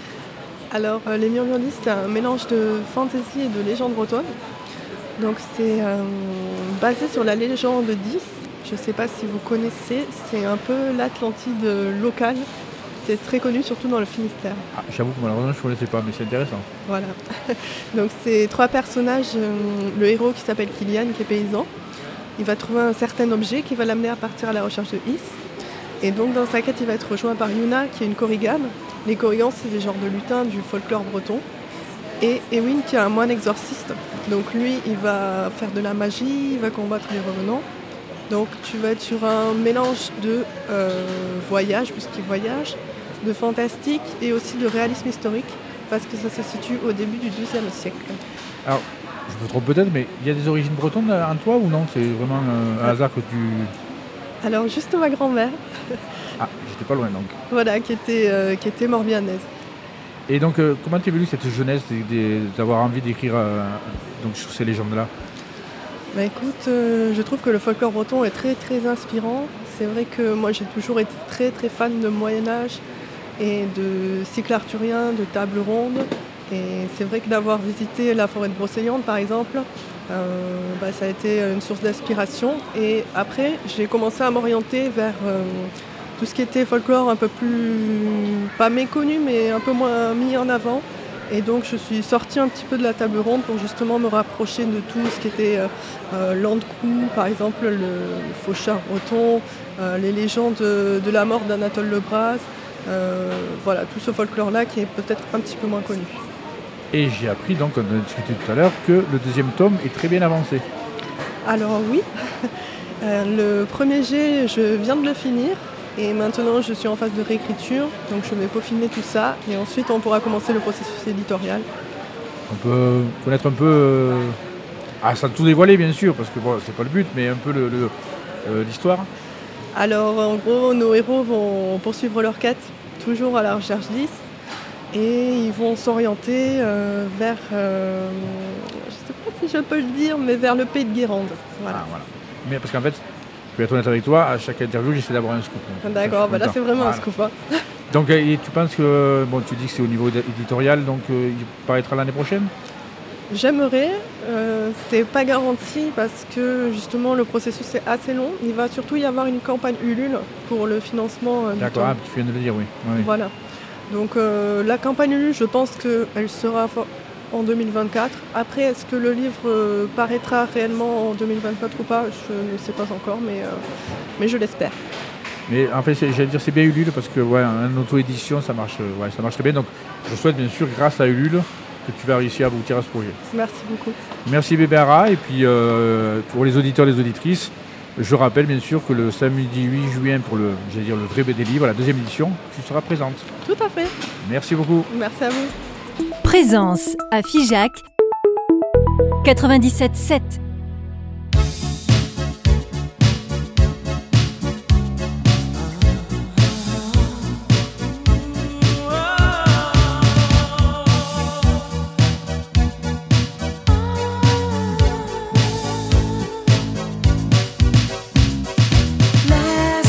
Alors, euh, Les Murmures d'Iris, c'est un mélange de fantasy et de légende bretonne. Donc c'est euh, basé sur la légende d'Is. Je ne sais pas si vous connaissez, c'est un peu l'Atlantide locale. C'est très connu, surtout dans le Finistère. Ah, j'avoue que malheureusement, je ne connaissais pas, mais c'est intéressant. Voilà. Donc c'est trois personnages. Euh, le héros qui s'appelle Kylian, qui est paysan. Il va trouver un certain objet qui va l'amener à partir à la recherche de Is. Et donc dans sa quête, il va être rejoint par Yuna, qui est une korrigane. Les korrigans, c'est des genres de lutins du folklore breton. Et Ewin, qui est un moine exorciste. Donc lui, il va faire de la magie, il va combattre les revenants. Donc tu vas être sur un mélange de euh, voyage, puisqu'il voyage, de fantastique et aussi de réalisme historique, parce que ça se situe au début du douzième siècle. Alors, je me trompe peut-être, mais il y a des origines bretonnes en toi ou non? C'est vraiment euh, un hasard que tu... Alors juste ma grand-mère. Ah, j'étais pas loin donc. Voilà, qui était, euh, qui était morbihannaise. Et donc, euh, comment t'es venue cette jeunesse d'avoir envie d'écrire euh, donc, sur ces légendes-là? Bah écoute, euh, je trouve que le folklore breton est très très inspirant. C'est vrai que moi j'ai toujours été très très fan de Moyen-Âge et de cycle arthurien, de table ronde. Et c'est vrai que d'avoir visité la forêt de Brocéliande par exemple, euh, bah, ça a été une source d'inspiration. Et après, j'ai commencé à m'orienter vers euh, tout ce qui était folklore un peu plus, pas méconnu, mais un peu moins mis en avant. Et donc je suis sortie un petit peu de la table ronde pour justement me rapprocher de tout ce qui était euh, euh, Landcou, par exemple, le, le faucheur breton, euh, les légendes de, de la mort d'Anatole Lebras, euh, voilà, tout ce folklore-là qui est peut-être un petit peu moins connu. Et j'ai appris, donc, on a discuté tout à l'heure, que le deuxième tome est très bien avancé. Alors oui, euh, le premier jet, je viens de le finir. Et maintenant, je suis en phase de réécriture, donc je vais peaufiner tout ça. Et ensuite, on pourra commencer le processus éditorial. On peut connaître un peu... Euh... Ah, sans tout dévoiler, bien sûr, parce que bon, c'est pas le but, mais un peu le, le, euh, l'histoire. Alors, en gros, nos héros vont poursuivre leur quête, toujours à la recherche d'Is. Et ils vont s'orienter euh, vers... Euh, je ne sais pas si je peux le dire, mais vers le pays de Guérande. Voilà. Ah, voilà. Mais parce qu'en fait... Je vais être honnête avec toi, à chaque interview, j'essaie d'avoir un scoop. D'accord, bah là c'est vraiment voilà. un scoop. Hein. Donc, et tu penses que, bon, tu dis que c'est au niveau éditorial, donc euh, il paraîtra l'année prochaine? J'aimerais, euh, c'est pas garanti parce que justement le processus est assez long. Il va surtout y avoir une campagne Ulule pour le financement euh, du D'accord, tome. ah, tu viens de le dire, oui. oui. Voilà. Donc euh, la campagne Ulule, je pense qu'elle sera en deux mille vingt-quatre. Après, est-ce que le livre euh, paraîtra réellement en deux mille vingt-quatre ou pas? Je ne sais pas encore, mais, euh, mais je l'espère. Mais en fait, j'allais dire c'est bien Ulule parce que ouais, en auto-édition, ça marche, ouais, ça marche très bien. Donc, je souhaite bien sûr, grâce à Ulule, que tu vas réussir à aboutir à ce projet. Merci beaucoup. Merci Bébé Hara. Et puis, euh, pour les auditeurs et les auditrices, je rappelle bien sûr que le samedi huit juin, pour le, j'allais dire, le vrai B D Livre, la deuxième édition, tu seras présente. Tout à fait. Merci beaucoup. Merci à vous. Présence à Figeac quatre-vingt-dix-sept sept. Last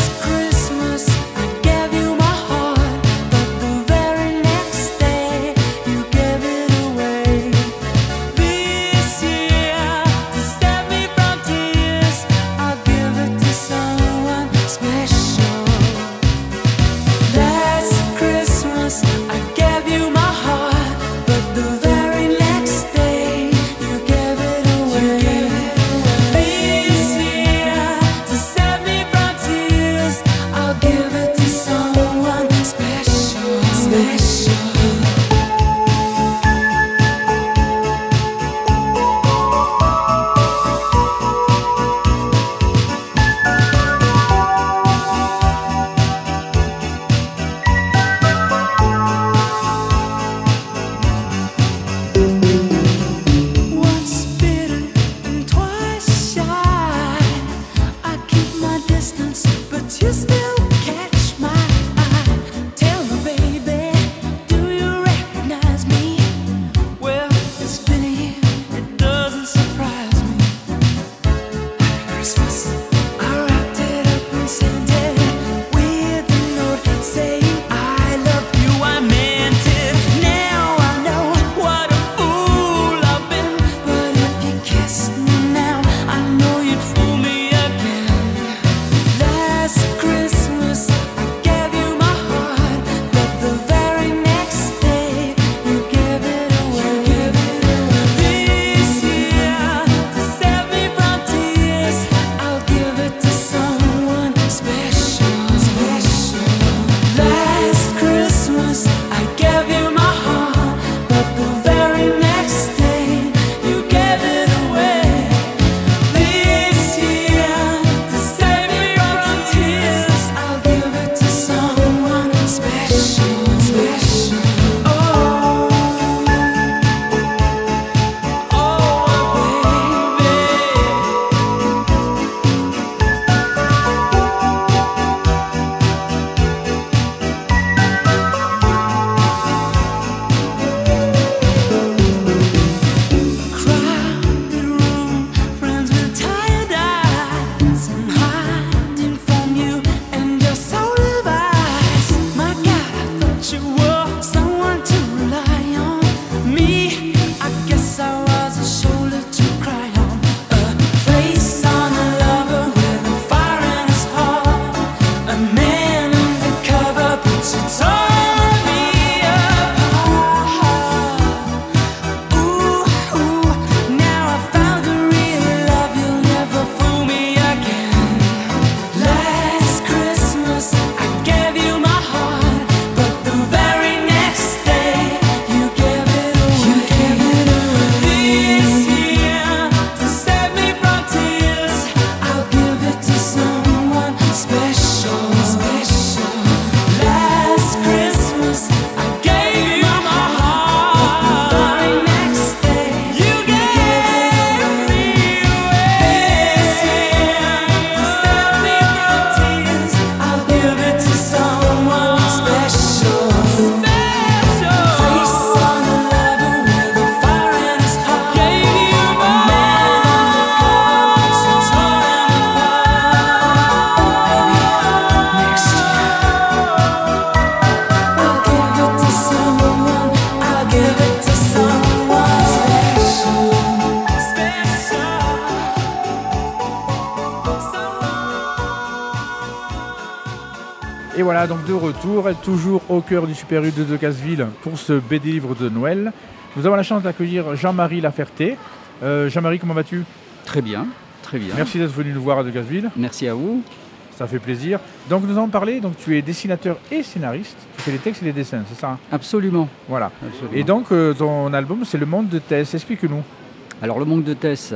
Et voilà, donc de retour, toujours au cœur du Super U de Decazeville pour ce B D livre de Noël. Nous avons la chance d'accueillir Jean-Marie Laferté. Euh, Jean-Marie, comment vas-tu ? Très bien, très bien. Merci d'être venu nous voir à Decazeville. Merci à vous. Ça fait plaisir. Donc nous allons parler, donc tu es dessinateur et scénariste. Tu fais les textes et les dessins, c'est ça ? Absolument. Voilà. Absolument. Et donc euh, ton album, c'est Le Monde de Tess. Explique-nous. Alors Le Monde de Tess,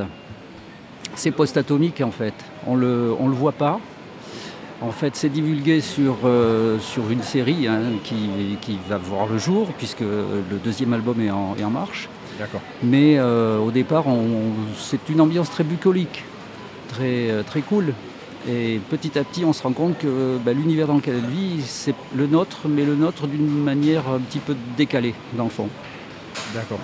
c'est post-atomique en fait. On le, on le voit pas. En fait, c'est divulgué sur, euh, sur une série hein, qui, qui va voir le jour, puisque le deuxième album est en, est en marche. D'accord. Mais euh, au départ, on, on, c'est une ambiance très bucolique, très, très cool. Et petit à petit, on se rend compte que bah, l'univers dans lequel elle vit, c'est le nôtre, mais le nôtre d'une manière un petit peu décalée, dans le fond. D'accord.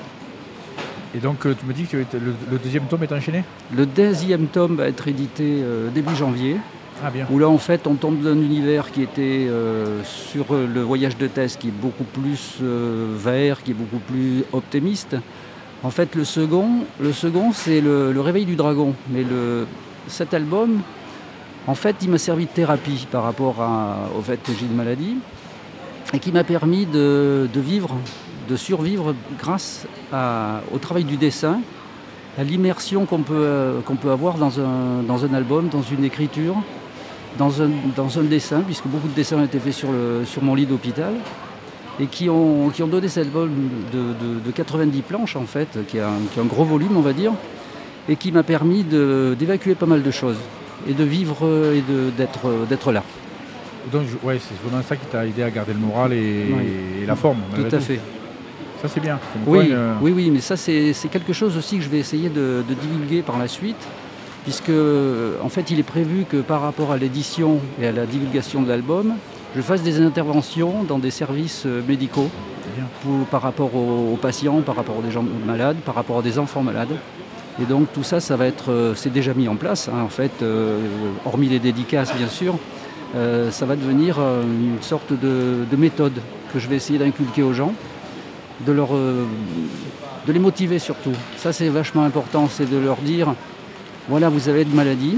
Et donc, euh, tu me dis que le, le deuxième tome est enchaîné ? Le deuxième tome va être édité euh, début janvier. Ah bien. Où là, en fait, on tombe dans un univers qui était euh, sur le voyage de Tess, qui est beaucoup plus euh, vert, qui est beaucoup plus optimiste. En fait, le second, le second c'est le, le réveil du dragon. Mais le, cet album, en fait, il m'a servi de thérapie par rapport à, au fait que j'ai une maladie et qui m'a permis de, de vivre, de survivre grâce à, au travail du dessin, à l'immersion qu'on peut, euh, qu'on peut avoir dans un, dans un album, dans une écriture. Dans un, dans un dessin, puisque beaucoup de dessins ont été faits sur, le, sur mon lit d'hôpital. et qui ont, qui ont donné cet album de, de, de quatre-vingt-dix planches en fait, qui a, un, qui a un gros volume on va dire, et qui m'a permis de, d'évacuer pas mal de choses et de vivre et de, d'être, d'être là. Donc ouais, c'est vraiment ça qui t'a aidé à garder le moral et, oui. et la forme. Tout à tout. fait. Ça c'est bien. Oui, une... oui, oui, mais ça c'est, c'est quelque chose aussi que je vais essayer de, de divulguer par la suite, puisque en fait il est prévu que par rapport à l'édition et à la divulgation de l'album, je fasse des interventions dans des services médicaux pour, par rapport aux, aux patients, par rapport aux gens malades, par rapport à des enfants malades. Et donc tout ça, ça va être, c'est déjà mis en place, hein, en fait, euh, hormis les dédicaces bien sûr, euh, ça va devenir une sorte de, de méthode que je vais essayer d'inculquer aux gens, de, leur, euh, de les motiver surtout. Ça c'est vachement important, c'est de leur dire, voilà vous avez une maladie,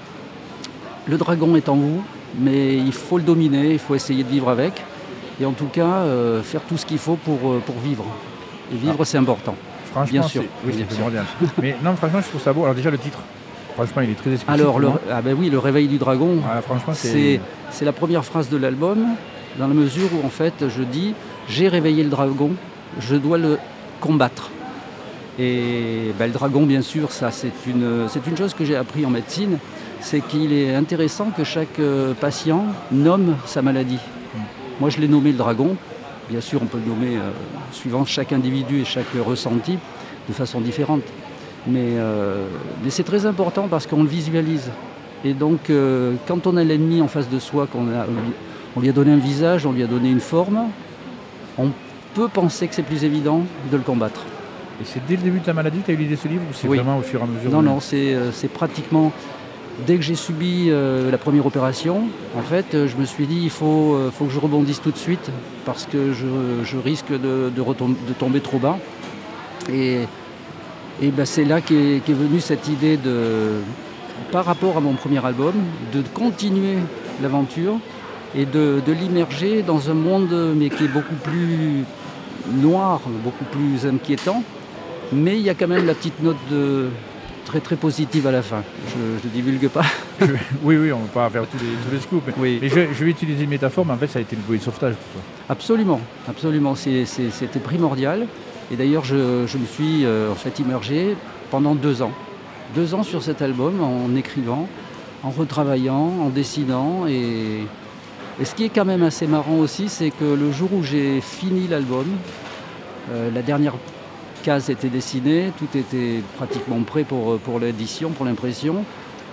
le dragon est en vous, mais il faut le dominer, il faut essayer de vivre avec, et en tout cas euh, faire tout ce qu'il faut pour, pour vivre. Et vivre ah. c'est important. Franchement, bien sûr. C'est, oui, bien c'est primordial. Mais non, franchement, je trouve ça beau. Alors déjà, le titre, franchement, il est très explicite. Alors, le, ah ben oui, le réveil du dragon, ah, franchement, c'est... C'est, c'est la première phrase de l'album, dans la mesure où, en fait, je dis, j'ai réveillé le dragon, je dois le combattre. Et ben, le dragon, bien sûr, ça, c'est une, c'est une chose que j'ai appris en médecine, c'est qu'il est intéressant que chaque patient nomme sa maladie. Mmh. Moi, je l'ai nommé le dragon. Bien sûr, on peut le nommer euh, suivant chaque individu et chaque ressenti de façon différente. Mais, euh, mais c'est très important parce qu'on le visualise. Et donc, euh, quand on a l'ennemi en face de soi, qu'on a, on lui a donné un visage, on lui a donné une forme, on peut penser que c'est plus évident de le combattre. Et c'est dès le début de ta maladie que tu as eu l'idée de ce livre ou c'est oui. vraiment au fur et à mesure? Non, de... non, c'est, euh, c'est pratiquement... Dès que j'ai subi euh, la première opération, en fait, euh, je me suis dit il faut, euh, faut que je rebondisse tout de suite parce que je, je risque de, de, retom- de tomber trop bas. Et, et ben, c'est là qu'est, qu'est venue cette idée de, par rapport à mon premier album, de continuer l'aventure et de, de l'immerger dans un monde mais qui est beaucoup plus noir, beaucoup plus inquiétant. Mais il y a quand même la petite note de... très très positive à la fin. Je ne divulgue pas. oui, oui, on ne va pas faire tous les, tous les scoops. Oui. Mais je, je vais utiliser une métaphore, mais en fait, ça a été le bouée de sauvetage pour toi. Absolument, absolument. C'est, c'est, c'était primordial. Et d'ailleurs, je, je me suis euh, en fait immergé pendant deux ans. Deux ans sur cet album, en écrivant, en retravaillant, en dessinant. Et, et ce qui est quand même assez marrant aussi, c'est que le jour où j'ai fini l'album, euh, la dernière case était dessinée, tout était pratiquement prêt pour, pour l'édition, pour l'impression.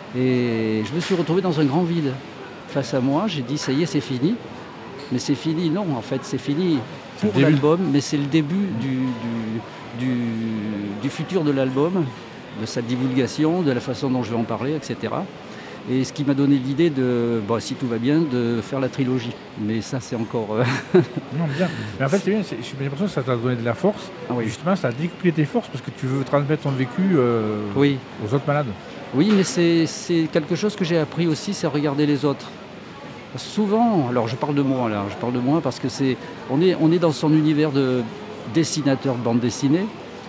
Et je me suis retrouvé dans un grand vide face à moi. J'ai dit, ça y est, c'est fini. Mais c'est fini, non, en fait, c'est fini pour c'est l'album, mais c'est le début du, du, du, du futur de l'album, de sa divulgation, de la façon dont je vais en parler, et cetera. Et ce qui m'a donné l'idée de, bon, si tout va bien, de faire la trilogie. Mais ça, c'est encore... Euh... non, bien. Mais en fait, c'est bien. C'est, j'ai l'impression que ça t'a donné de la force. Ah, oui. Justement, ça a décuplé tes forces parce que tu veux transmettre ton vécu euh, oui. aux autres malades. Oui, mais c'est, c'est quelque chose que j'ai appris aussi, c'est regarder les autres. Souvent, alors je parle de moi, là, je parle de moi parce que c'est... On est, on est dans son univers de dessinateur de bande dessinée.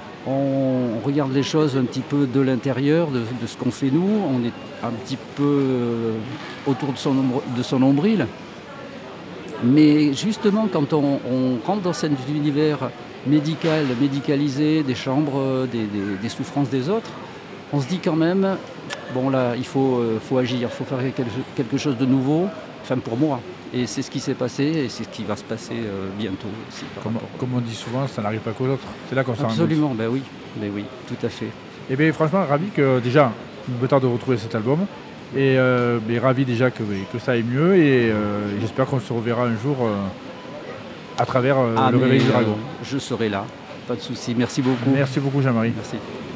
On regarde les choses un petit peu de l'intérieur, de, de ce qu'on fait nous. On est un petit peu euh, autour de son, de son nombril. Mais justement, quand on, on rentre dans cet univers médical, médicalisé, des chambres, des, des, des souffrances des autres, on se dit quand même, bon là, il faut, euh, faut agir, il faut faire quelque, quelque chose de nouveau, enfin pour moi. Et c'est ce qui s'est passé et c'est ce qui va se passer euh, bientôt aussi. Comme, comme on dit souvent, ça n'arrive pas qu'aux autres. C'est là qu'on s'en rend compte. Absolument, ben oui, ben oui, tout à fait. Et bien franchement, ravi que déjà, il me tarde de retrouver cet album. Et euh, ben, ravi déjà que, que ça aille mieux. Et euh, j'espère qu'on se reverra un jour euh, à travers euh, ah, le réveil du dragon. Euh, je serai là, pas de souci. Merci beaucoup. Merci beaucoup Jean-Marie. Merci.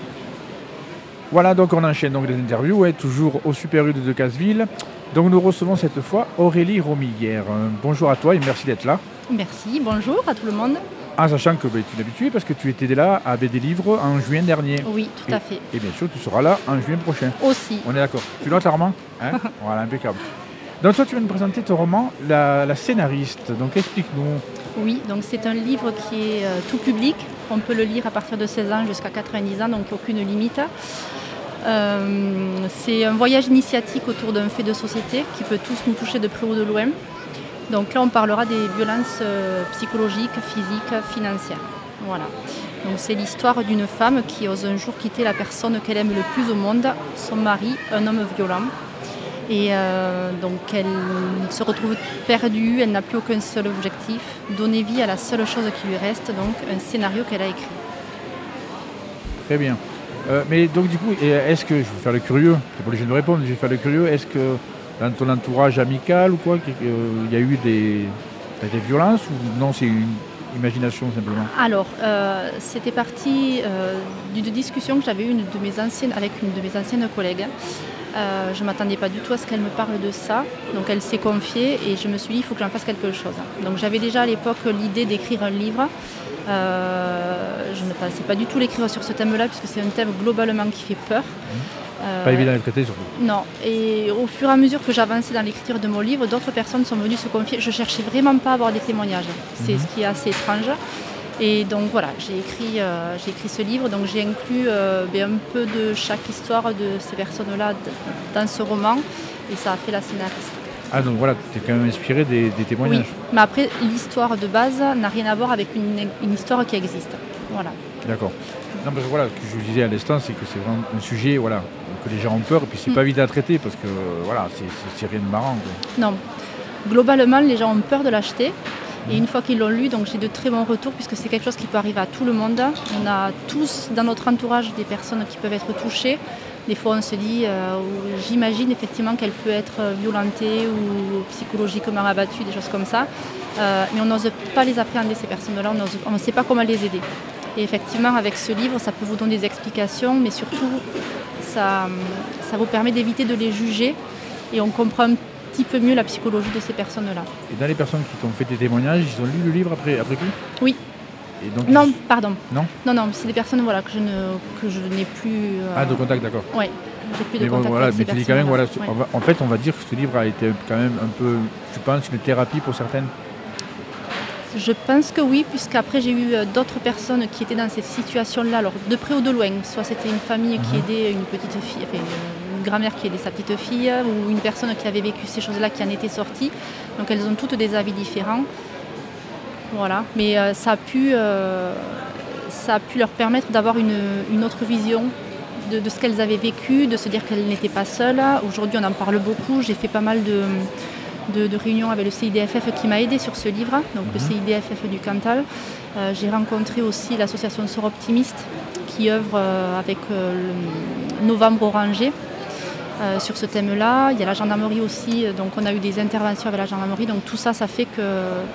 Voilà, donc on enchaîne donc les interviews, ouais, toujours au Super U de Decazeville. Donc nous recevons cette fois Aurélie Romiguière. Euh, bonjour à toi et merci d'être là. Merci, bonjour à tout le monde. En sachant que ben, tu es habitué parce que tu étais là à B D Livre en juin dernier. Oui, tout et, à fait. Et bien sûr, tu seras là en juin prochain. Aussi. On est d'accord. Tu notes Armand hein? Voilà, impeccable. Donc toi, tu vas nous présenter ton roman, La, la scénariste. Donc explique-nous. Oui, donc c'est un livre qui est euh, tout public. On peut le lire à partir de seize ans jusqu'à quatre-vingt-dix ans, donc aucune limite. Euh, c'est un voyage initiatique autour d'un fait de société qui peut tous nous toucher de près ou de loin. Donc là, on parlera des violences euh, psychologiques, physiques, financières. Voilà. Donc c'est l'histoire d'une femme qui ose un jour quitter la personne qu'elle aime le plus au monde, son mari, un homme violent. Et euh, donc elle se retrouve perdue, elle n'a plus aucun seul objectif, donner vie à la seule chose qui lui reste, donc un scénario qu'elle a écrit. Très bien. Euh, mais donc du coup, est-ce que, je vais faire le curieux, c'est pour les jeunes de répondre, je vais faire le curieux, est-ce que dans ton entourage amical ou quoi, il y a eu des, des violences ou non, c'est une imagination simplement? Alors, euh, c'était parti euh, d'une discussion que j'avais eue une de mes anciennes, avec une de mes anciennes collègues. Euh, je ne m'attendais pas du tout à ce qu'elle me parle de ça. Donc elle s'est confiée et je me suis dit il faut que j'en fasse quelque chose. Donc j'avais déjà à l'époque l'idée d'écrire un livre. Euh, je ne pensais pas du tout l'écrire sur ce thème-là puisque c'est un thème globalement qui fait peur. Euh, pas évident à traiter surtout. Non. Et au fur et à mesure que j'avançais dans l'écriture de mon livre, d'autres personnes sont venues se confier. Je ne cherchais vraiment pas à avoir des témoignages. C'est mmh. ce qui est assez étrange. Et donc voilà, j'ai écrit, euh, j'ai écrit ce livre, donc j'ai inclus euh, ben, un peu de chaque histoire de ces personnes-là dans ce roman, et ça a fait la scénariste. Ah donc voilà, tu es quand même inspiré des, des témoignages. Oui, mais après l'histoire de base n'a rien à voir avec une, une histoire qui existe. Voilà. D'accord. Non parce que voilà, ce que je vous disais à l'instant, c'est que c'est vraiment un sujet voilà, que les gens ont peur, et puis c'est mmh. pas évident à traiter parce que voilà, c'est, c'est, c'est rien de marrant. Quoi. Non. Globalement, les gens ont peur de l'acheter. Et une fois qu'ils l'ont lu, donc j'ai de très bons retours puisque c'est quelque chose qui peut arriver à tout le monde. On a tous dans notre entourage des personnes qui peuvent être touchées. Des fois on se dit, euh, j'imagine effectivement qu'elle peut être violentée ou psychologiquement abattue, des choses comme ça. Euh, mais on n'ose pas les appréhender ces personnes-là, on ne sait pas comment les aider. Et effectivement avec ce livre, ça peut vous donner des explications, mais surtout ça, ça vous permet d'éviter de les juger et on comprend un petit peu mieux la psychologie de ces personnes-là. Et dans les personnes qui t'ont fait des témoignages, ils ont lu le livre après, après coup? Oui. Et donc, non, ils... pardon. Non, non, non, c'est des personnes voilà, que, je ne, que je n'ai plus... Euh... Ah, de contact, d'accord. Oui, j'ai plus de mais contact bon, voilà, avec mais ces tu dis quand même, voilà, ouais. on va, en fait, on va dire que ce livre a été quand même un peu, tu penses, une thérapie pour certaines? Je pense que oui, puisqu'après j'ai eu d'autres personnes qui étaient dans cette situation-là, alors de près ou de loin. Soit c'était une famille mmh. qui aidait une petite fille, enfin, une grand-mère qui aidait sa petite fille, ou une personne qui avait vécu ces choses-là qui en était sortie. Donc elles ont toutes des avis différents. Voilà, mais euh, ça a pu, euh, ça a pu leur permettre d'avoir une, une autre vision de, de ce qu'elles avaient vécu, de se dire qu'elles n'étaient pas seules. Aujourd'hui, on en parle beaucoup. J'ai fait pas mal de, de, de réunions avec le C I D F F qui m'a aidé sur ce livre, donc mmh. le C I D F F du Cantal. Euh, j'ai rencontré aussi l'association Sœurs Optimistes qui œuvre euh, avec euh, le Novembre Orangé. Euh, sur ce thème-là, il y a la gendarmerie aussi, donc on a eu des interventions avec la gendarmerie, donc tout ça, ça fait que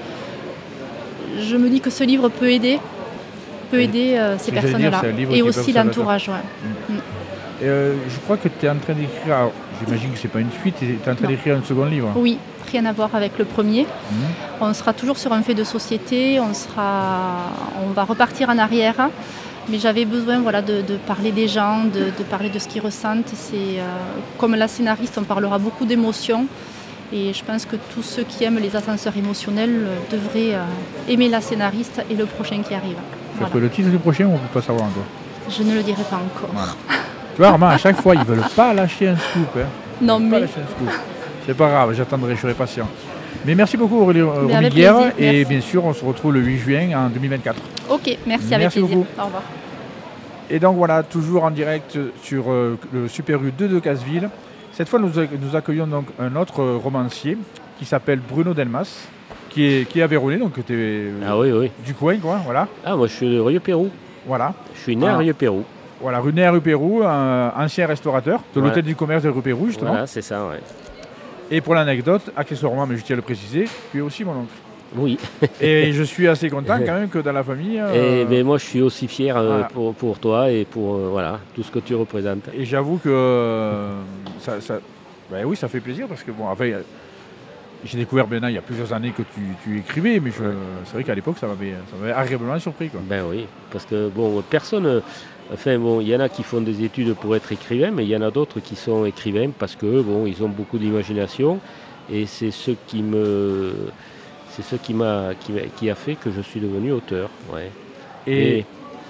je me dis que ce livre peut aider, peut aider euh, ces personnes-là, et aussi l'entourage. Ouais. Mmh. Mmh. Et euh, je crois que tu es en train d'écrire, alors, j'imagine que ce n'est pas une suite, tu es en train non. d'écrire un second livre. Oui, rien à voir avec le premier. Mmh. On sera toujours sur un fait de société, on, sera, on va repartir en arrière. Mais j'avais besoin voilà, de, de parler des gens, de, de parler de ce qu'ils ressentent. C'est, euh, comme la scénariste, on parlera beaucoup d'émotions. Et je pense que tous ceux qui aiment les ascenseurs émotionnels euh, devraient euh, aimer la scénariste et le prochain qui arrive. Voilà. Que le titre du prochain, on ne peut pas savoir encore. Je ne le dirai pas encore. Voilà. Tu vois, Armand, à chaque fois, ils ne veulent pas lâcher un scoop. Hein. Non, mais... Pas lâcher un scoop. C'est pas grave, j'attendrai, je serai patient. Mais merci beaucoup Aurélie Romiguière et bien sûr on se retrouve le huit juin en deux mille vingt-quatre. Ok, merci, avec merci plaisir. Beaucoup. Au revoir. Et donc voilà, toujours en direct sur euh, le Super U deux de Casseville. Cette fois nous, nous accueillons donc un autre romancier qui s'appelle Bruno Delmas, qui est, qui est aveyronais, donc tu es ah oui, oui. du coin quoi, voilà. Ah moi je suis de Rieux-Pérou. Voilà. Je suis né ah. à Rieux-Pérou. Voilà, rue à Rieux-Pérou, un ancien restaurateur de voilà. l'hôtel du commerce de Rieux-Pérou justement. Voilà, c'est ça, ouais. Et pour l'anecdote, accessoirement, mais je tiens à le préciser, tu es aussi mon oncle. Oui. Et je suis assez content quand même que dans la famille... Euh... Et ben moi je suis aussi fier euh, voilà. pour, pour toi et pour euh, voilà, tout ce que tu représentes. Et j'avoue que euh, ça, ça, ben oui, ça fait plaisir parce que bon, enfin, j'ai découvert maintenant il y a plusieurs années que tu, tu écrivais, mais je, ouais. c'est vrai qu'à l'époque ça m'avait, ça m'avait agréablement surpris. Quoi. Ben oui, parce que bon, personne... Enfin bon, il y en a qui font des études pour être écrivains, mais il y en a d'autres qui sont écrivains parce que bon, ils ont beaucoup d'imagination et c'est ce qui me, c'est ce qui m'a, qui, qui a fait que je suis devenu auteur. Ouais. Et, et ce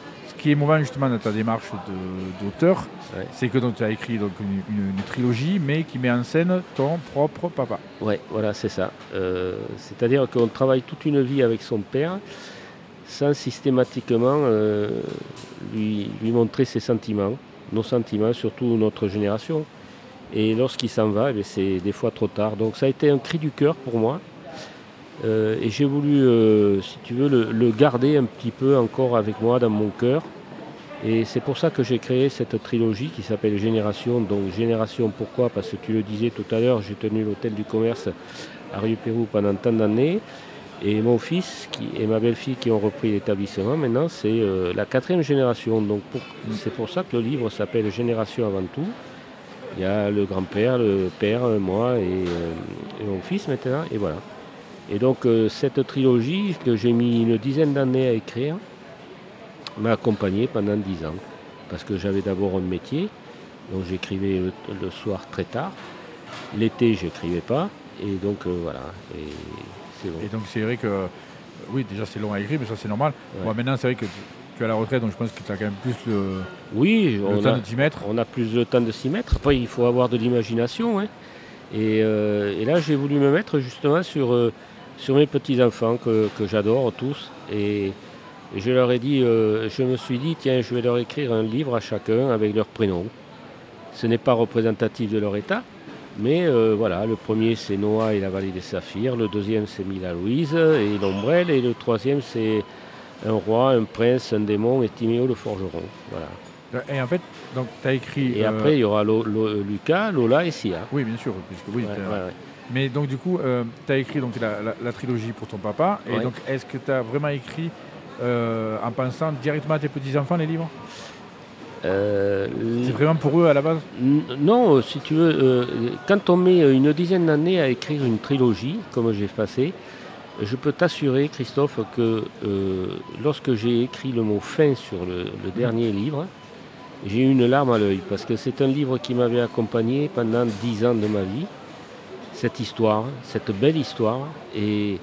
qui est émouvant justement dans ta démarche de, d'auteur, ouais. c'est que tu as écrit donc, une, une, une trilogie, mais qui met en scène ton propre papa. Oui, voilà, c'est ça. Euh, c'est-à-dire qu'on travaille toute une vie avec son père, sans systématiquement euh, lui, lui montrer ses sentiments, nos sentiments, surtout notre génération. Et lorsqu'il s'en va, eh c'est des fois trop tard. Donc ça a été un cri du cœur pour moi. Euh, et j'ai voulu, euh, si tu veux, le, le garder un petit peu encore avec moi dans mon cœur. Et c'est pour ça que j'ai créé cette trilogie qui s'appelle Génération. Donc Génération, pourquoi ? Parce que tu le disais tout à l'heure, j'ai tenu l'hôtel du commerce à Rieux-Pérou pendant tant d'années. Et mon fils qui, et ma belle-fille qui ont repris l'établissement, maintenant c'est euh, la quatrième génération. Donc pour, c'est pour ça que le livre s'appelle Génération avant tout. Il y a le grand-père, le père, moi et, euh, et mon fils maintenant, et voilà. Et donc euh, cette trilogie que j'ai mis une dizaine d'années à écrire m'a accompagné pendant dix ans. Parce que j'avais d'abord un métier, donc j'écrivais le, le soir très tard. L'été, je n'écrivais pas, et donc euh, voilà. Et, C'est bon. Et donc c'est vrai que, oui, déjà c'est long à écrire, mais ça c'est normal. Ouais. Bon, maintenant c'est vrai que tu, tu es à la retraite, donc je pense que tu as quand même plus le, oui, le on temps a, de t'y mettre. On a plus le temps de s'y mettre. Après, il faut avoir de l'imagination. Hein. Et, euh, et là, j'ai voulu me mettre justement sur, euh, sur mes petits-enfants que, que j'adore tous. Et, et je leur ai dit, euh, je me suis dit, tiens, je vais leur écrire un livre à chacun avec leur prénom. Ce n'est pas représentatif de leur état. Mais euh, voilà, le premier c'est Noah et la vallée des saphirs, le deuxième c'est Mila Louise et l'ombrelle, et le troisième c'est un roi, un prince, un démon et Timéo le forgeron. Voilà. Et en fait, donc tu as écrit... Et euh... après il y aura Lo, Lo, Lucas, Lola et Sia. Oui, bien sûr, puisque oui. Ouais, ouais, ouais. Mais donc du coup, euh, tu as écrit donc, la, la, la trilogie pour ton papa, et ouais. donc est-ce que tu as vraiment écrit euh, en pensant directement à tes petits-enfants les livres ? Euh, c'est vraiment pour eux à la base ? Non, si tu veux, euh, quand on met une dizaine d'années à écrire une trilogie, comme j'ai passé, je peux t'assurer, Christophe, que euh, lorsque j'ai écrit le mot fin sur le, le dernier livre, j'ai eu une larme à l'œil, parce que c'est un livre qui m'avait accompagné pendant dix ans de ma vie, cette histoire, cette belle histoire, et,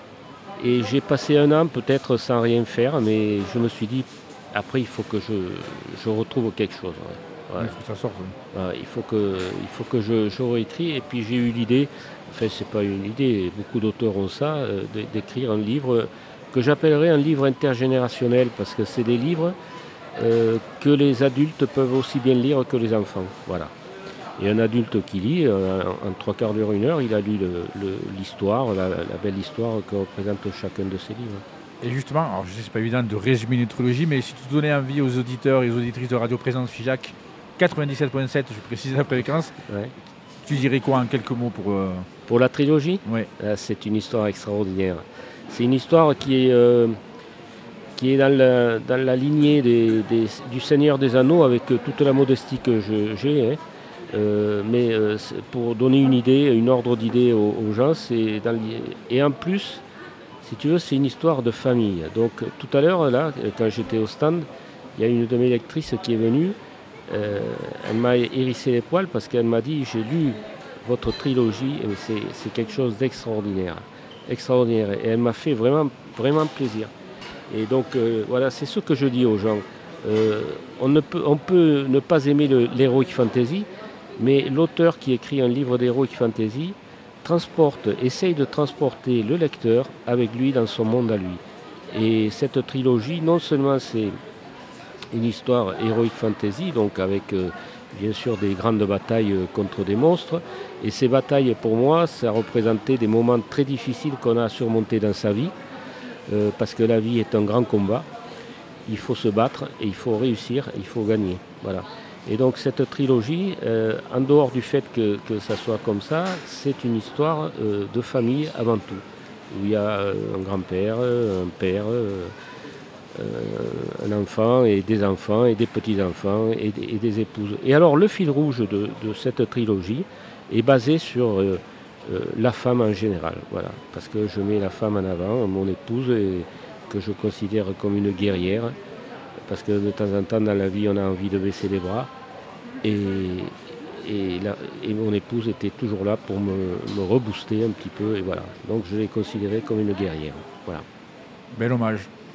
et j'ai passé un an peut-être sans rien faire, mais je me suis dit, après, il faut que je, je retrouve quelque chose. Ouais. Ouais. Il faut que ça sorte. Oui. Ouais, il faut que, il faut que je, je réécris. Et puis j'ai eu l'idée, enfin c'est pas une idée, beaucoup d'auteurs ont ça, euh, d'écrire un livre que j'appellerais un livre intergénérationnel, parce que c'est des livres euh, que les adultes peuvent aussi bien lire que les enfants. Voilà. Et un adulte qui lit, euh, en trois quarts d'heure, une heure, il a lu le, le, l'histoire, la, la belle histoire que représente chacun de ces livres. Et justement, alors je sais que c'est pas évident de résumer une trilogie, mais si tu donnais envie aux auditeurs et aux auditrices de Radio Présence Figeac quatre-vingt-dix-sept point sept, je précise la fréquence, ouais. Tu dirais quoi en quelques mots pour... Euh... Pour la trilogie ? Oui. euh, C'est une histoire extraordinaire. C'est une histoire qui est, euh, qui est dans, la, dans la lignée des, des, du Seigneur des Anneaux, avec euh, toute la modestie que je, j'ai. Hein. Euh, mais euh, pour donner une idée, une ordre d'idée aux, aux gens, c'est dans, et en plus... Si tu veux, c'est une histoire de famille. Donc tout à l'heure, là, quand j'étais au stand, il y a une de mes lectrices qui est venue. Euh, elle m'a hérissé les poils parce qu'elle m'a dit, j'ai lu votre trilogie et c'est, c'est quelque chose d'extraordinaire. Extraordinaire. Et elle m'a fait vraiment, vraiment plaisir. Et donc euh, voilà, c'est ce que je dis aux gens. Euh, on, ne peut, on peut ne pas aimer le, l'heroic fantasy, mais l'auteur qui écrit un livre d'heroic fantasy transporte, essaye de transporter le lecteur avec lui dans son monde à lui. Et cette trilogie, non seulement c'est une histoire heroic fantasy, donc avec euh, bien sûr des grandes batailles euh, contre des monstres, et ces batailles pour moi, ça représentait des moments très difficiles qu'on a à surmonter dans sa vie, euh, parce que la vie est un grand combat, il faut se battre et il faut réussir, il faut gagner. Voilà. Et donc cette trilogie, euh, en dehors du fait que, que ça soit comme ça, c'est une histoire euh, de famille avant tout, où il y a euh, un grand-père, un père, euh, euh, un enfant et des enfants et des petits-enfants et, et des épouses. Et alors le fil rouge de, de cette trilogie est basé sur euh, euh, la femme en général, voilà, parce que je mets la femme en avant, mon épouse, et, que je considère comme une guerrière. Parce que de temps en temps dans la vie on a envie de baisser les bras et, et, la, et mon épouse était toujours là pour me, me rebooster un petit peu et voilà. Donc je l'ai considérée comme une guerrière. Voilà. Bel hommage.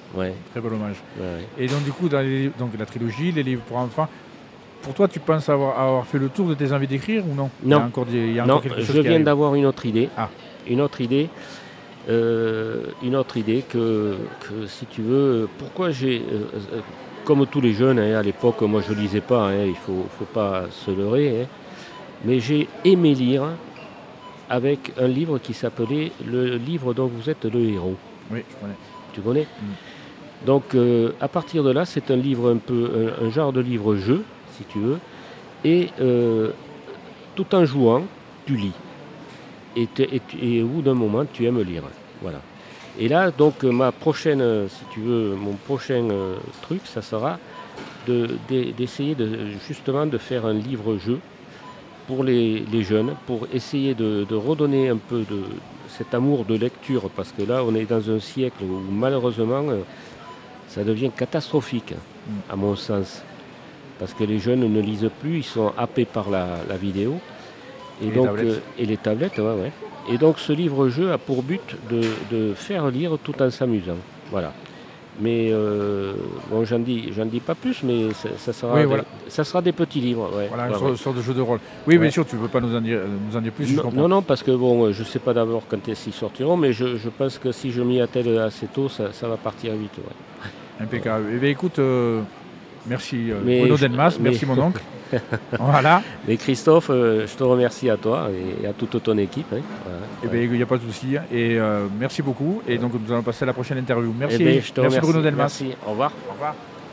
Ouais. Très bel hommage. Ouais, ouais. Et donc du coup, dans les, donc, la trilogie, les livres pour enfants, pour toi, tu penses avoir, avoir fait le tour de tes envies d'écrire ou non? Non, il y a encore, des, il y a non encore quelque chose je qui viens arrive. d'avoir une autre idée. Ah. Une autre idée. Euh, une autre idée que, que, si tu veux, pourquoi j'ai, euh, comme tous les jeunes, hein, à l'époque, moi je ne lisais pas, hein, il ne faut, faut pas se leurrer, hein, mais j'ai aimé lire avec un livre qui s'appelait Le livre dont vous êtes le héros. Oui, je connais. Tu connais? Mm. Donc euh, à partir de là, c'est un livre un peu, un, un genre de livre-jeu, si tu veux, et euh, tout en jouant, tu lis. Et, te, et, et au bout d'un moment, tu aimes lire. Voilà. Et là, donc, ma prochaine, si tu veux, mon prochain euh, truc, ça sera de, de, d'essayer de, justement de faire un livre-jeu pour les, les jeunes, pour essayer de, de redonner un peu de cet amour de lecture, parce que là, on est dans un siècle où malheureusement, ça devient catastrophique, à mon sens. Parce que les jeunes ne lisent plus, ils sont happés par la, la vidéo. Et, et, donc, les tablettes. Euh, et les tablettes, ouais, ouais. Et donc ce livre-jeu a pour but de, de faire lire tout en s'amusant. Voilà. Mais euh, bon, j'en dis, j'en dis pas plus, mais ça, ça, sera, oui, des, voilà. ça sera des petits livres. Ouais. Voilà, ouais, une ouais. sorte de jeu de rôle. Oui, ouais. bien sûr, tu ne veux pas nous en dire, nous en dire plus. Non, non, non, parce que bon, je ne sais pas d'abord quand ils sortiront, mais je, je pense que si je m'y attelle assez tôt, ça, ça va partir vite. Ouais. Impeccable. Eh bien, écoute, euh, merci euh, mais Bruno je, Delmas, mais... merci mon oncle. Voilà. Mais Christophe, euh, je te remercie à toi et à toute ton équipe. Hein. Voilà. Eh bien, il n'y a pas de souci. Et euh, merci beaucoup. Et donc, nous allons passer à la prochaine interview. Merci, eh bien, je te merci remercie. Bruno Delmas. Merci. Au revoir. Au revoir.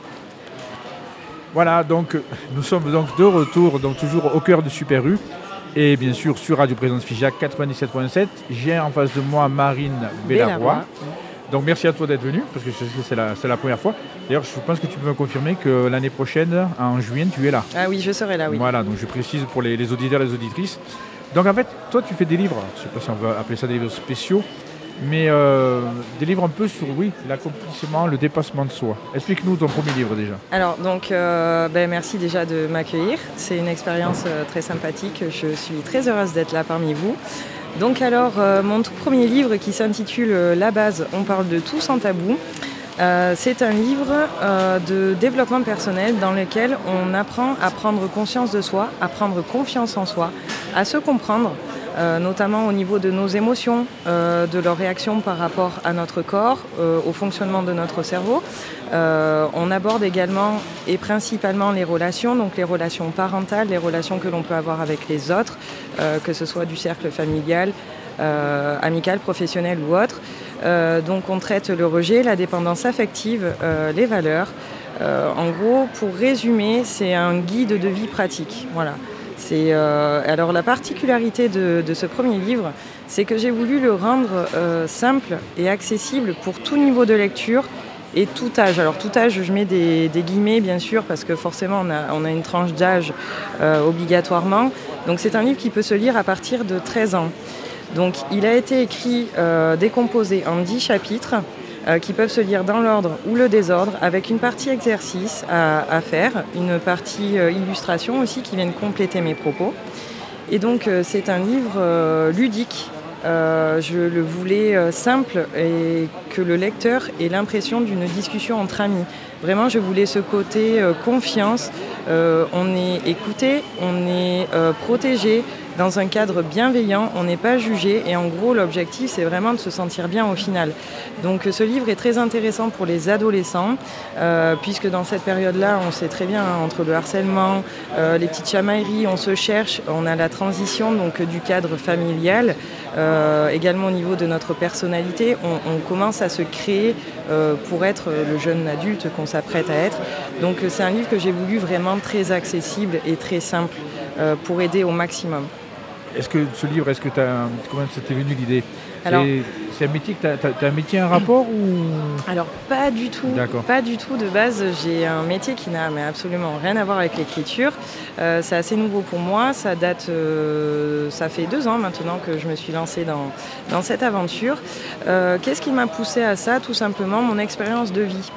Voilà, donc nous sommes donc de retour, donc toujours au cœur de Super U. Et bien sûr, sur Radio Présence Figeac quatre-vingt-dix-sept point sept. J'ai en face de moi Marine Bellaroy. Donc merci à toi d'être venu, parce que c'est la, c'est la première fois. D'ailleurs, je pense que tu peux me confirmer que l'année prochaine, en juin, tu es là. Ah oui, je serai là, oui. Voilà, donc je précise pour les, les auditeurs et les auditrices. Donc en fait, toi, tu fais des livres, je ne sais pas si on va appeler ça des livres spéciaux, mais euh, des livres un peu sur, oui, l'accomplissement, le dépassement de soi. Explique-nous ton premier livre déjà. Alors, donc, euh, ben, merci déjà de m'accueillir. C'est une expérience euh, très sympathique. Je suis très heureuse d'être là parmi vous. Donc alors, euh, mon tout premier livre qui s'intitule euh, La base, on parle de tout sans tabou. Euh, c'est un livre euh, de développement personnel dans lequel on apprend à prendre conscience de soi, à prendre confiance en soi, à se comprendre, euh, notamment au niveau de nos émotions, euh, de leurs réactions par rapport à notre corps, euh, au fonctionnement de notre cerveau. Euh, on aborde également et principalement les relations, donc les relations parentales, les relations que l'on peut avoir avec les autres, euh, que ce soit du cercle familial, euh, amical, professionnel ou autre. Euh, donc on traite le rejet, la dépendance affective, euh, les valeurs. Euh, en gros, pour résumer, c'est un guide de vie pratique. Voilà. C'est, euh, alors la particularité de, de ce premier livre, c'est que j'ai voulu le rendre euh, simple et accessible pour tout niveau de lecture et tout âge. Alors tout âge, je mets des, des guillemets bien sûr, parce que forcément on a, on a une tranche d'âge euh, obligatoirement. Donc c'est un livre qui peut se lire à partir de treize ans. Donc il a été écrit, euh, décomposé en dix chapitres euh, qui peuvent se lire dans l'ordre ou le désordre, avec une partie exercice à, à faire, une partie euh, illustration aussi qui viennent compléter mes propos. Et donc euh, c'est un livre euh, ludique. Euh, je le voulais euh, simple et que le lecteur ait l'impression d'une discussion entre amis. Vraiment, je voulais ce côté euh, confiance. Euh, on est écouté, on est euh, protégé dans un cadre bienveillant, on n'est pas jugé. Et en gros, l'objectif, c'est vraiment de se sentir bien au final. Donc ce livre est très intéressant pour les adolescents, euh, puisque dans cette période-là, on sait très bien, hein, entre le harcèlement, euh, les petites chamailleries, on se cherche, on a la transition donc, du cadre familial. Euh, également au niveau de notre personnalité, on, on commence à se créer euh, pour être le jeune adulte qu'on s'apprête à être. Donc c'est un livre que j'ai voulu vraiment très accessible et très simple euh, pour aider au maximum. Est-ce que ce livre, est-ce que tu as, comment ça t'est venu l'idée? Alors, c'est, c'est un métier que tu as un métier, un rapport ou... Alors pas du tout, D'accord. pas du tout de base. J'ai un métier qui n'a mais absolument rien à voir avec l'écriture. Euh, c'est assez nouveau pour moi. Ça date, euh, ça fait deux ans maintenant que je me suis lancée dans, dans cette aventure. Euh, qu'est-ce qui m'a poussée à ça? Tout simplement mon expérience de vie.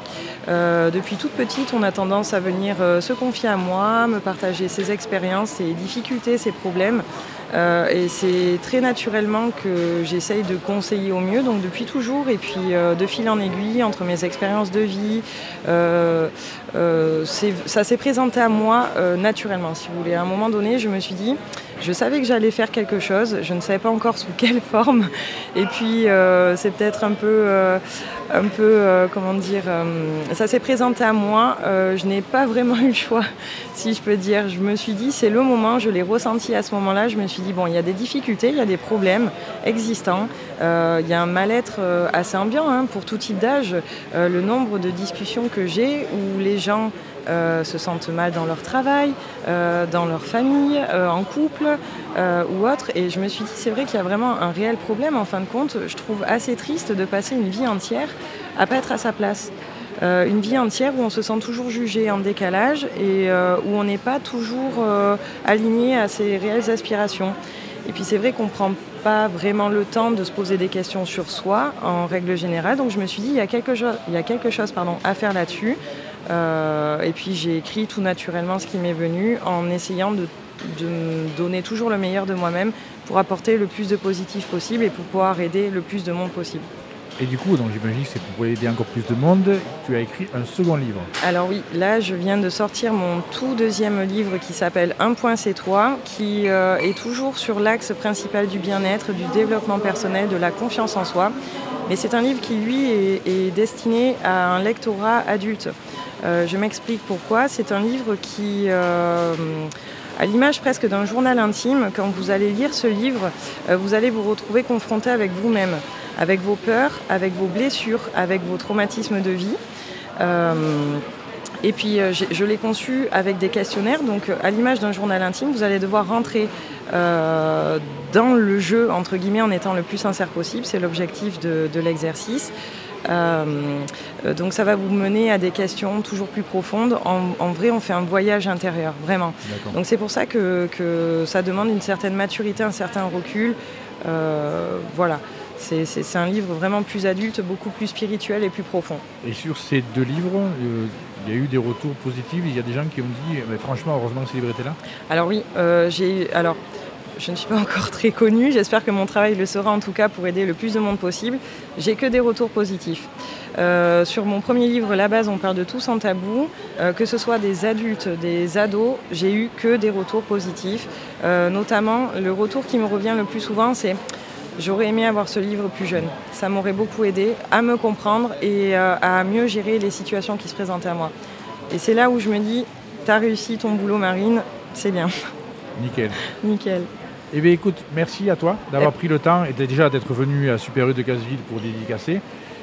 Euh, depuis toute petite, on a tendance à venir euh, se confier à moi, me partager ses expériences, ses difficultés, ses problèmes. Euh, et c'est très naturellement que j'essaye de conseiller au mieux, donc depuis toujours. Et puis euh, de fil en aiguille, entre mes expériences de vie, euh, euh, c'est, ça s'est présenté à moi euh, naturellement, si vous voulez. À un moment donné, je me suis dit, je savais que j'allais faire quelque chose, je ne savais pas encore sous quelle forme. Et puis euh, c'est peut-être un peu, euh, un peu euh, comment dire, euh, ça s'est présenté à moi. Euh, je n'ai pas vraiment eu le choix, si je peux dire. Je me suis dit, c'est le moment, je l'ai ressenti à ce moment-là. Je me suis dit, bon, il y a des difficultés, il y a des problèmes existants. Euh, il y a un mal-être euh, assez ambiant hein, pour tout type d'âge. Euh, le nombre de discussions que j'ai où les gens Euh, se sentent mal dans leur travail, euh, dans leur famille, euh, en couple euh, ou autre. Et je me suis dit, c'est vrai qu'il y a vraiment un réel problème. En fin de compte, je trouve assez triste de passer une vie entière à pas être à sa place. Euh, une vie entière où on se sent toujours jugé en décalage et euh, où on n'est pas toujours euh, aligné à ses réelles aspirations. Et puis c'est vrai qu'on ne prend pas vraiment le temps de se poser des questions sur soi, en règle générale. Donc je me suis dit, il y a quelque chose, il y a quelque chose pardon, à faire là-dessus. Euh, et puis j'ai écrit tout naturellement ce qui m'est venu en essayant de, de me donner toujours le meilleur de moi-même pour apporter le plus de positif possible et pour pouvoir aider le plus de monde possible. Et du coup, donc j'imagine que c'est pour aider encore plus de monde, tu as écrit un second livre. Alors oui, là je viens de sortir mon tout deuxième livre qui s'appelle Un point c'est toi, qui euh, est toujours sur l'axe principal du bien-être, du développement personnel, de la confiance en soi. Mais c'est un livre qui lui est, est destiné à un lectorat adulte. Euh, je m'explique pourquoi. C'est un livre qui, euh, à l'image presque d'un journal intime, quand vous allez lire ce livre, euh, vous allez vous retrouver confronté avec vous-même, avec vos peurs, avec vos blessures, avec vos traumatismes de vie. Euh, et puis, euh, je l'ai conçu avec des questionnaires. Donc, à l'image d'un journal intime, vous allez devoir rentrer euh, dans le jeu, entre guillemets, en étant le plus sincère possible. C'est l'objectif de, de l'exercice. Euh, donc ça va vous mener à des questions toujours plus profondes. En, en vrai, on fait un voyage intérieur, vraiment. D'accord. Donc c'est pour ça que, que ça demande une certaine maturité, un certain recul. Euh, voilà, c'est, c'est, c'est un livre vraiment plus adulte, beaucoup plus spirituel et plus profond. Et sur ces deux livres, euh, il y a eu des retours positifs. Il y a des gens qui ont dit, mais franchement, heureusement que ce livre était là. Alors oui, euh, j'ai alors. Je ne suis pas encore très connue, j'espère que mon travail le sera en tout cas pour aider le plus de monde possible. J'ai que des retours positifs. Euh, sur mon premier livre, La base, on parle de tout sans tabou. Euh, que ce soit des adultes, des ados, j'ai eu que des retours positifs. Euh, notamment, le retour qui me revient le plus souvent, c'est « j'aurais aimé avoir ce livre plus jeune ». Ça m'aurait beaucoup aidé à me comprendre et euh, à mieux gérer les situations qui se présentaient à moi. Et c'est là où je me dis « t'as réussi ton boulot, Marine, c'est bien ». Nickel. Nickel. Eh bien écoute, merci à toi d'avoir pris le temps et déjà d'être venu à Super U de Casseville pour dédicacer.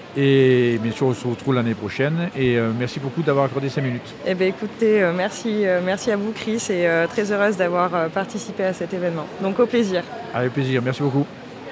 Et bien sûr, on se retrouve l'année prochaine. Et euh, merci beaucoup d'avoir accordé cinq minutes. Eh bien écoutez, euh, merci, euh, merci à vous Chris et euh, très heureuse d'avoir euh, participé à cet événement. Donc au plaisir. Avec plaisir, merci beaucoup.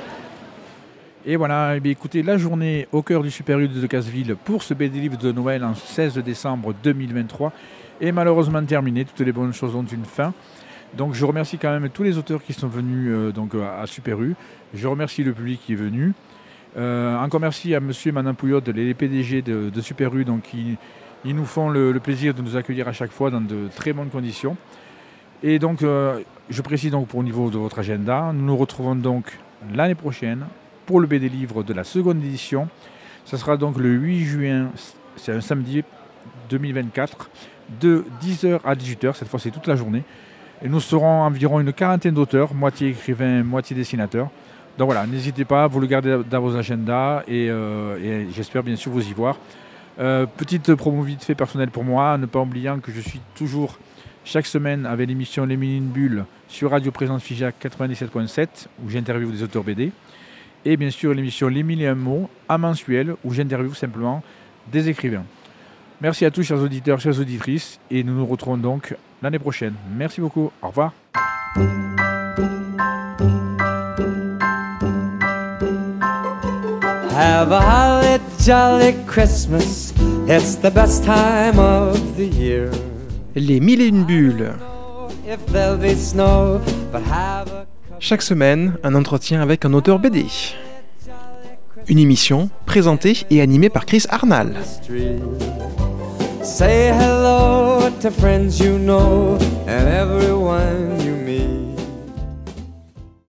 Et voilà, eh bien, écoutez, la journée au cœur du Super U de Casseville pour ce B D livre de Noël en seize décembre deux mille vingt-trois est malheureusement terminée. Toutes les bonnes choses ont une fin. Donc je remercie quand même tous les auteurs qui sont venus euh, donc, à Super U. Je remercie le public qui est venu. Euh, encore merci à monsieur et madame Pouillot, les P D G de, de Super U, donc qui ils nous font le, le plaisir de nous accueillir à chaque fois dans de très bonnes conditions. Et donc euh, je précise donc pour au niveau de votre agenda, nous nous retrouvons donc l'année prochaine pour le B D livre de la seconde édition. Ce sera donc le huit juin, c'est un samedi deux mille vingt-quatre, de dix heures à dix-huit heures, cette fois c'est toute la journée. Et nous serons environ une quarantaine d'auteurs, moitié écrivains, moitié dessinateurs. Donc voilà, n'hésitez pas, vous le gardez dans vos agendas et, euh, et j'espère bien sûr vous y voir. Euh, petite promo vite fait personnelle pour moi, ne pas oubliant que je suis toujours chaque semaine avec l'émission Les Mille et une Bulles sur Radio Présence Figeac quatre-vingt-dix-sept point sept où j'interviewe des auteurs B D. Et bien sûr l'émission Les Mille et un mots à mensuel où j'interviewe simplement des écrivains. Merci à tous chers auditeurs, chères auditrices et nous nous retrouvons donc l'année prochaine. Merci beaucoup. Au revoir. Have a holly jolly Christmas. It's the best time of the year. Les Mille et une Bulles. If there'll be snow, but have a... Chaque semaine, un entretien avec un auteur B D. Une émission présentée et animée par Chris Arnal. Say hello to friends you know and everyone